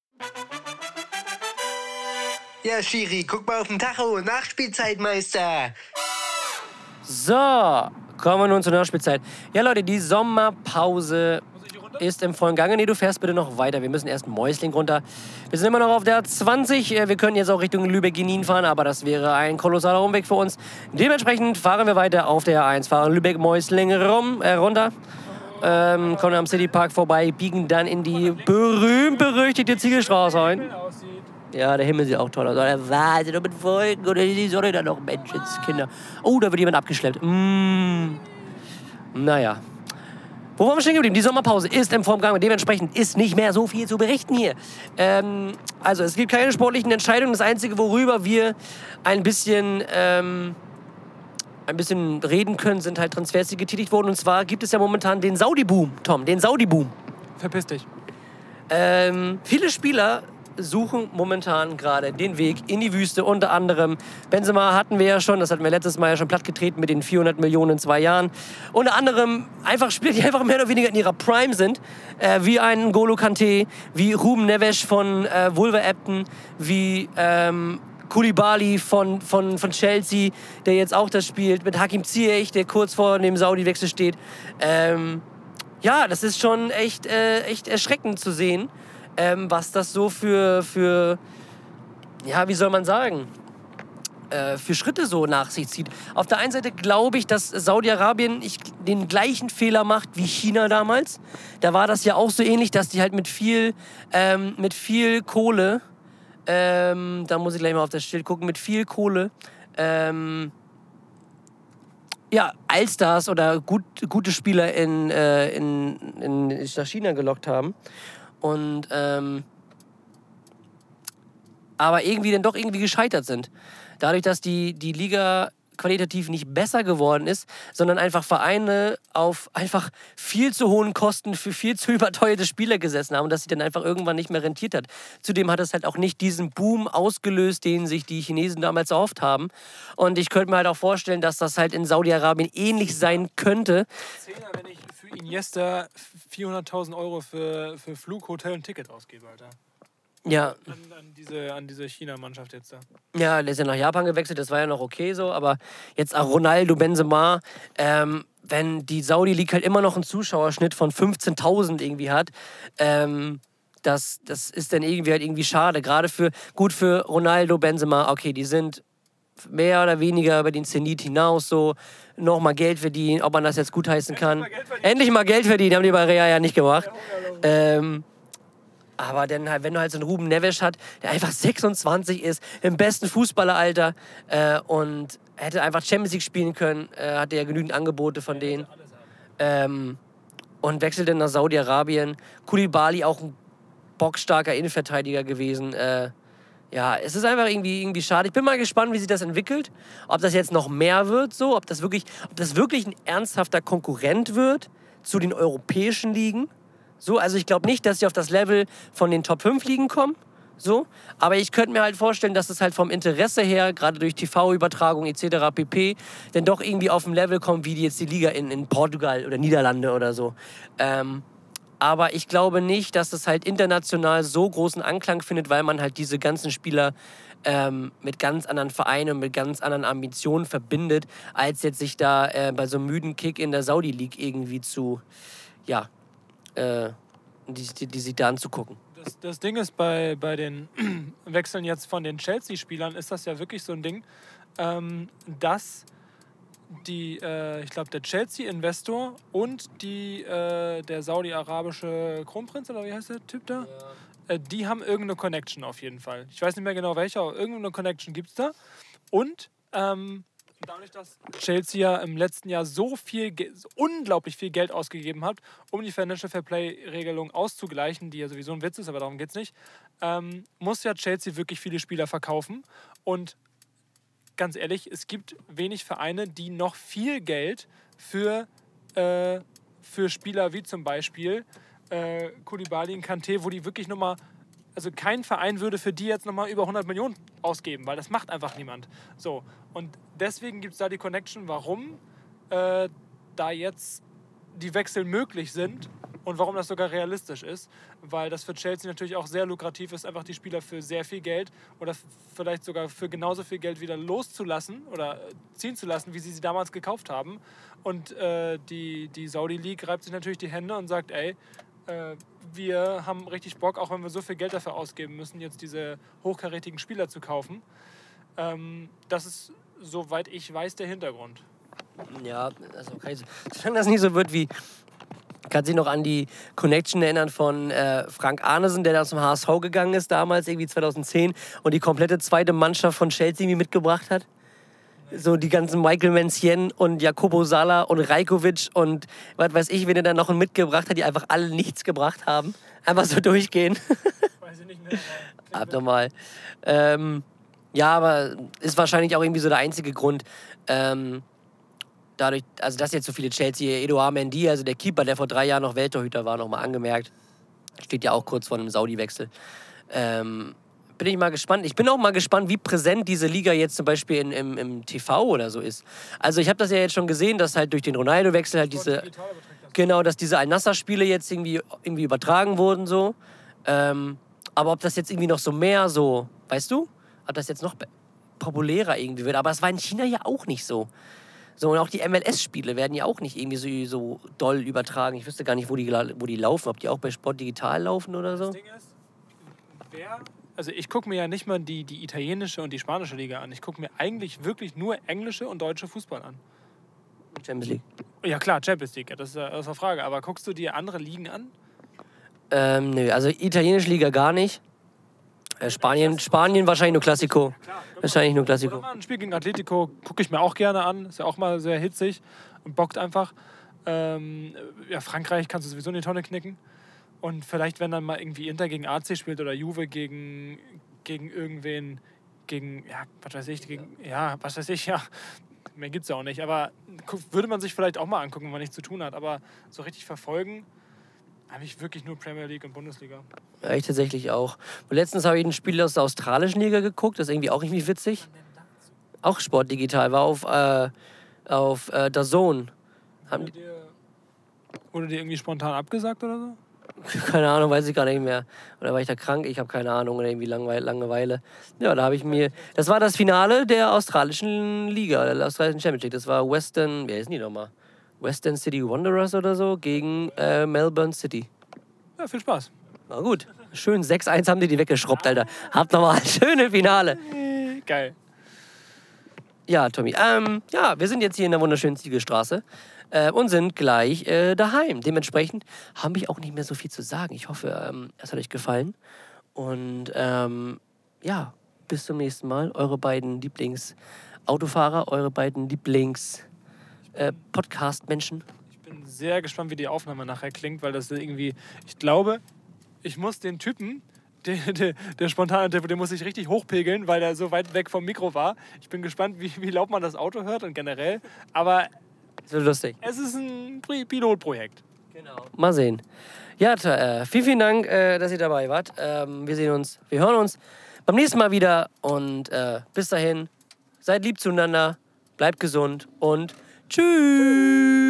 Ja, Schiri, guck mal auf den Tacho. Nachspielzeit, Meister. So, kommen wir nun zur Nachspielzeit. Ja, Leute, die Sommerpause ist im vollen Gange. Nee, du fährst bitte noch weiter. Wir müssen erst Mäusling runter. Wir sind immer noch auf der zwanzig. Wir können jetzt auch Richtung Lübeck-Genin fahren, aber das wäre ein kolossaler Umweg für uns. Dementsprechend fahren wir weiter auf der eins, fahren Lübeck-Mäusling rum, äh, runter. Ähm, kommen am Citypark vorbei, biegen dann in die berühmt-berüchtigte Ziegelstraße ein. Ja, der Himmel sieht auch toll aus. Der Wahnsinn, und mit Wolken oder die Sonne dann noch, Menschenskinder. Oh, da wird jemand abgeschleppt. Mm. Naja. Wo waren wir stehen geblieben? Die Sommerpause ist im Formgang und dementsprechend ist nicht mehr so viel zu berichten hier. Ähm, also es gibt keine sportlichen Entscheidungen. Das Einzige, worüber wir ein bisschen ähm, ein bisschen reden können, sind halt Transfers, die getätigt wurden. Und zwar gibt es ja momentan den Saudi-Boom, Tom, den Saudi-Boom. Verpiss dich. Ähm, viele Spieler suchen momentan gerade den Weg in die Wüste. Unter anderem Benzema hatten wir ja schon, das hatten wir letztes Mal ja schon plattgetreten mit den vierhundert Millionen in zwei Jahren. Unter anderem einfach Spieler, die einfach mehr oder weniger in ihrer Prime sind, äh, wie ein N'Golo Kanté, wie Ruben Neves von äh, Wolverhampton, wie ähm, Koulibaly von, von, von Chelsea, der jetzt auch das spielt, mit Hakim Ziyech, der kurz vor dem Saudi-Wechsel steht. Ähm, ja, das ist schon echt, äh, echt erschreckend zu sehen, ähm, was das so für, für, ja, wie soll man sagen, äh, für Schritte so nach sich zieht. Auf der einen Seite glaube ich, dass Saudi-Arabien ich, den gleichen Fehler macht wie China damals. Da war das ja auch so ähnlich, dass die halt mit viel, ähm, mit viel Kohle, ähm, da muss ich gleich mal auf das Schild gucken, mit viel Kohle, ähm, ja, Allstars oder gut, gute Spieler in, äh, in, in, nach China gelockt haben. Und, ähm, aber irgendwie dann doch irgendwie gescheitert sind. Dadurch, dass die, die Liga qualitativ nicht besser geworden ist, sondern einfach Vereine auf einfach viel zu hohen Kosten für viel zu überteuerte Spieler gesessen haben und dass sie dann einfach irgendwann nicht mehr rentiert hat. Zudem hat es halt auch nicht diesen Boom ausgelöst, den sich die Chinesen damals erhofft haben. Und ich könnte mir halt auch vorstellen, dass das halt in Saudi-Arabien ähnlich sein könnte. Zehner, wenn ich für Iniesta vierhunderttausend Euro für, für Flug, Hotel und Ticket ausgebe, Alter. Ja. An, an diese, an diese China-Mannschaft jetzt da. Ja, der ist ja nach Japan gewechselt, das war ja noch okay so, aber jetzt auch Ronaldo, Benzema, ähm, wenn die Saudi League halt immer noch einen Zuschauerschnitt von fünfzehntausend irgendwie hat, ähm, das, das ist dann irgendwie halt irgendwie schade, gerade für, gut für Ronaldo, Benzema, okay, die sind mehr oder weniger über den Zenit hinaus so, nochmal Geld verdienen, ob man das jetzt gutheißen kann. Endlich mal, Endlich mal Geld verdienen, haben die bei Real ja nicht gemacht. Ähm, Aber dann halt, wenn du halt so einen Ruben Neves hat, der einfach sechsundzwanzig ist, im besten Fußballeralter äh, und hätte einfach Champions League spielen können, äh, hatte ja genügend Angebote von denen. Ähm, und wechselt dann nach Saudi-Arabien. Koulibaly auch ein bockstarker Innenverteidiger gewesen. Äh, ja, es ist einfach irgendwie, irgendwie schade. Ich bin mal gespannt, wie sich das entwickelt. Ob das jetzt noch mehr wird, so, ob das wirklich, ob das wirklich ein ernsthafter Konkurrent wird zu den europäischen Ligen. So, also ich glaube nicht, dass sie auf das Level von den Top fünf Ligen kommen. So, aber ich könnte mir halt vorstellen, dass es halt vom Interesse her, gerade durch T V-Übertragung et cetera pp., dann doch irgendwie auf ein Level kommt, wie die jetzt die Liga in, in Portugal oder Niederlande oder so. Ähm, aber ich glaube nicht, dass es halt international so großen Anklang findet, weil man halt diese ganzen Spieler ähm, mit ganz anderen Vereinen und mit ganz anderen Ambitionen verbindet, als jetzt sich da äh, bei so einem müden Kick in der Saudi-League irgendwie zu, ja, äh, die, die, die sich da anzugucken. Das, das Ding ist, bei, bei den Wechseln jetzt von den Chelsea-Spielern ist das ja wirklich so ein Ding, ähm, dass die, äh, ich glaube, der Chelsea-Investor und die, äh, der saudi-arabische Kronprinz, oder wie heißt der Typ da? Ja. Äh, die haben irgendeine Connection auf jeden Fall. Ich weiß nicht mehr genau welche, aber irgendeine Connection gibt es da. Und ähm, dadurch, dass Chelsea ja im letzten Jahr so viel, so unglaublich viel Geld ausgegeben hat, um die Financial Fair Play-Regelung auszugleichen, die ja sowieso ein Witz ist, aber darum geht es nicht, ähm, muss ja Chelsea wirklich viele Spieler verkaufen. Und ganz ehrlich, es gibt wenig Vereine, die noch viel Geld für, äh, für Spieler wie zum Beispiel äh, Koulibaly und Kanté, wo die wirklich nochmal, also kein Verein würde für die jetzt nochmal über hundert Millionen ausgeben, weil das macht einfach niemand. So, und deswegen gibt es da die Connection, warum äh, da jetzt die Wechsel möglich sind und warum das sogar realistisch ist, weil das für Chelsea natürlich auch sehr lukrativ ist, einfach die Spieler für sehr viel Geld oder vielleicht sogar für genauso viel Geld wieder loszulassen oder ziehen zu lassen, wie sie sie damals gekauft haben. Und äh, die, die Saudi League reibt sich natürlich die Hände und sagt, ey, äh, wir haben richtig Bock, auch wenn wir so viel Geld dafür ausgeben müssen, jetzt diese hochkarätigen Spieler zu kaufen. Ähm, das ist, soweit ich weiß, der Hintergrund. Ja, also okay, solange das nicht so wird wie, kann sich noch an die Connection erinnern von äh, Frank Arnesen, der da zum H S V gegangen ist damals, irgendwie zweitausendzehn, und die komplette zweite Mannschaft von Chelsea irgendwie mitgebracht hat. So die ganzen Michael Mancien und Jacobo Sala und Rajkovic und was weiß ich, wen er dann noch mitgebracht hat, die einfach alle nichts gebracht haben. Einfach so durchgehen. Weiß ich nicht mehr. Abnormal. Ähm, ja, aber ist wahrscheinlich auch irgendwie so der einzige Grund. Ähm, dadurch, also dass jetzt so viele Chelsea, Edouard Mendy, also der Keeper, der vor drei Jahren noch Welttorhüter war, nochmal angemerkt. Steht ja auch kurz vor einem Saudi-Wechsel. Ähm, bin ich mal gespannt. Ich bin auch mal gespannt, wie präsent diese Liga jetzt zum Beispiel in, im, im T V oder so ist. Also ich habe das ja jetzt schon gesehen, dass halt durch den Ronaldo-Wechsel halt diese, genau, dass diese Al-Nassr-Spiele jetzt irgendwie, irgendwie übertragen wurden so. Ähm, aber ob das jetzt irgendwie noch so mehr so, weißt du, ob das jetzt noch populärer irgendwie wird. Aber es war in China ja auch nicht so. So, und auch die M L S-Spiele werden ja auch nicht irgendwie so, so doll übertragen. Ich wüsste gar nicht, wo die, wo die laufen. Ob die auch bei Sport Digital laufen oder so. Das Ding ist, wer, also ich gucke mir ja nicht mal die, die italienische und die spanische Liga an. Ich gucke mir eigentlich wirklich nur englische und deutsche Fußball an. Champions League. Ja klar, Champions League, das ist ja eine Frage. Aber guckst du dir andere Ligen an? Ähm, nö, also italienische Liga gar nicht. Äh, Spanien, Spanien wahrscheinlich nur Classico. Wahrscheinlich nur Classico. Oder mal ein Spiel gegen Atletico gucke ich mir auch gerne an. Ist ja auch mal sehr hitzig und bockt einfach. Ähm, ja, Frankreich kannst du sowieso in die Tonne knicken. Und vielleicht, wenn dann mal irgendwie Inter gegen A C spielt oder Juve gegen, gegen irgendwen, gegen, ja, was weiß ich, gegen, ja, was weiß ich, ja, mehr gibt's ja auch nicht. Aber würde man sich vielleicht auch mal angucken, wenn man nichts zu tun hat. Aber so richtig verfolgen habe ich wirklich nur Premier League und Bundesliga. Ja, ich tatsächlich auch. Und letztens habe ich ein Spiel aus der australischen Liga geguckt, das ist irgendwie auch irgendwie witzig. Auch Sportdigital, war auf, äh, auf äh, D A Z N. Haben Wurde dir, wurde dir irgendwie spontan abgesagt oder so? Keine Ahnung, weiß ich gar nicht mehr. Oder war ich da krank? Ich habe keine Ahnung. Oder irgendwie Langwe Langeweile. Ja, da habe ich mir... Das war das Finale der australischen Liga, der australischen Championship. Das war Western... Wer ist denn die nochmal? Western City Wanderers oder so gegen äh, Melbourne City. Ja, viel Spaß. Na gut. Schön sechs eins haben die die weggeschrubbt, Alter. Habt nochmal schöne Finale. Geil. Ja, Tommy. Ähm, ja, wir sind jetzt hier in der wunderschönen Ziegelstraße äh, und sind gleich äh, daheim. Dementsprechend habe ich auch nicht mehr so viel zu sagen. Ich hoffe, ähm, es hat euch gefallen. Und ähm, ja, bis zum nächsten Mal. Eure beiden Lieblingsautofahrer, eure beiden Lieblings... Äh, Podcast-Menschen. Ich bin sehr gespannt, wie die Aufnahme nachher klingt, weil das irgendwie, ich glaube, ich muss den Typen, der, der, der spontane Tipp, den muss ich richtig hochpegeln, weil der so weit weg vom Mikro war. Ich bin gespannt, wie, wie laut man das Auto hört und generell, aber das wird lustig. Es ist ein Pilotprojekt. Genau. Mal sehen. Ja, äh, vielen, vielen Dank, äh, dass ihr dabei wart. Ähm, wir sehen uns, wir hören uns beim nächsten Mal wieder und äh, bis dahin, seid lieb zueinander, bleibt gesund und tschüss.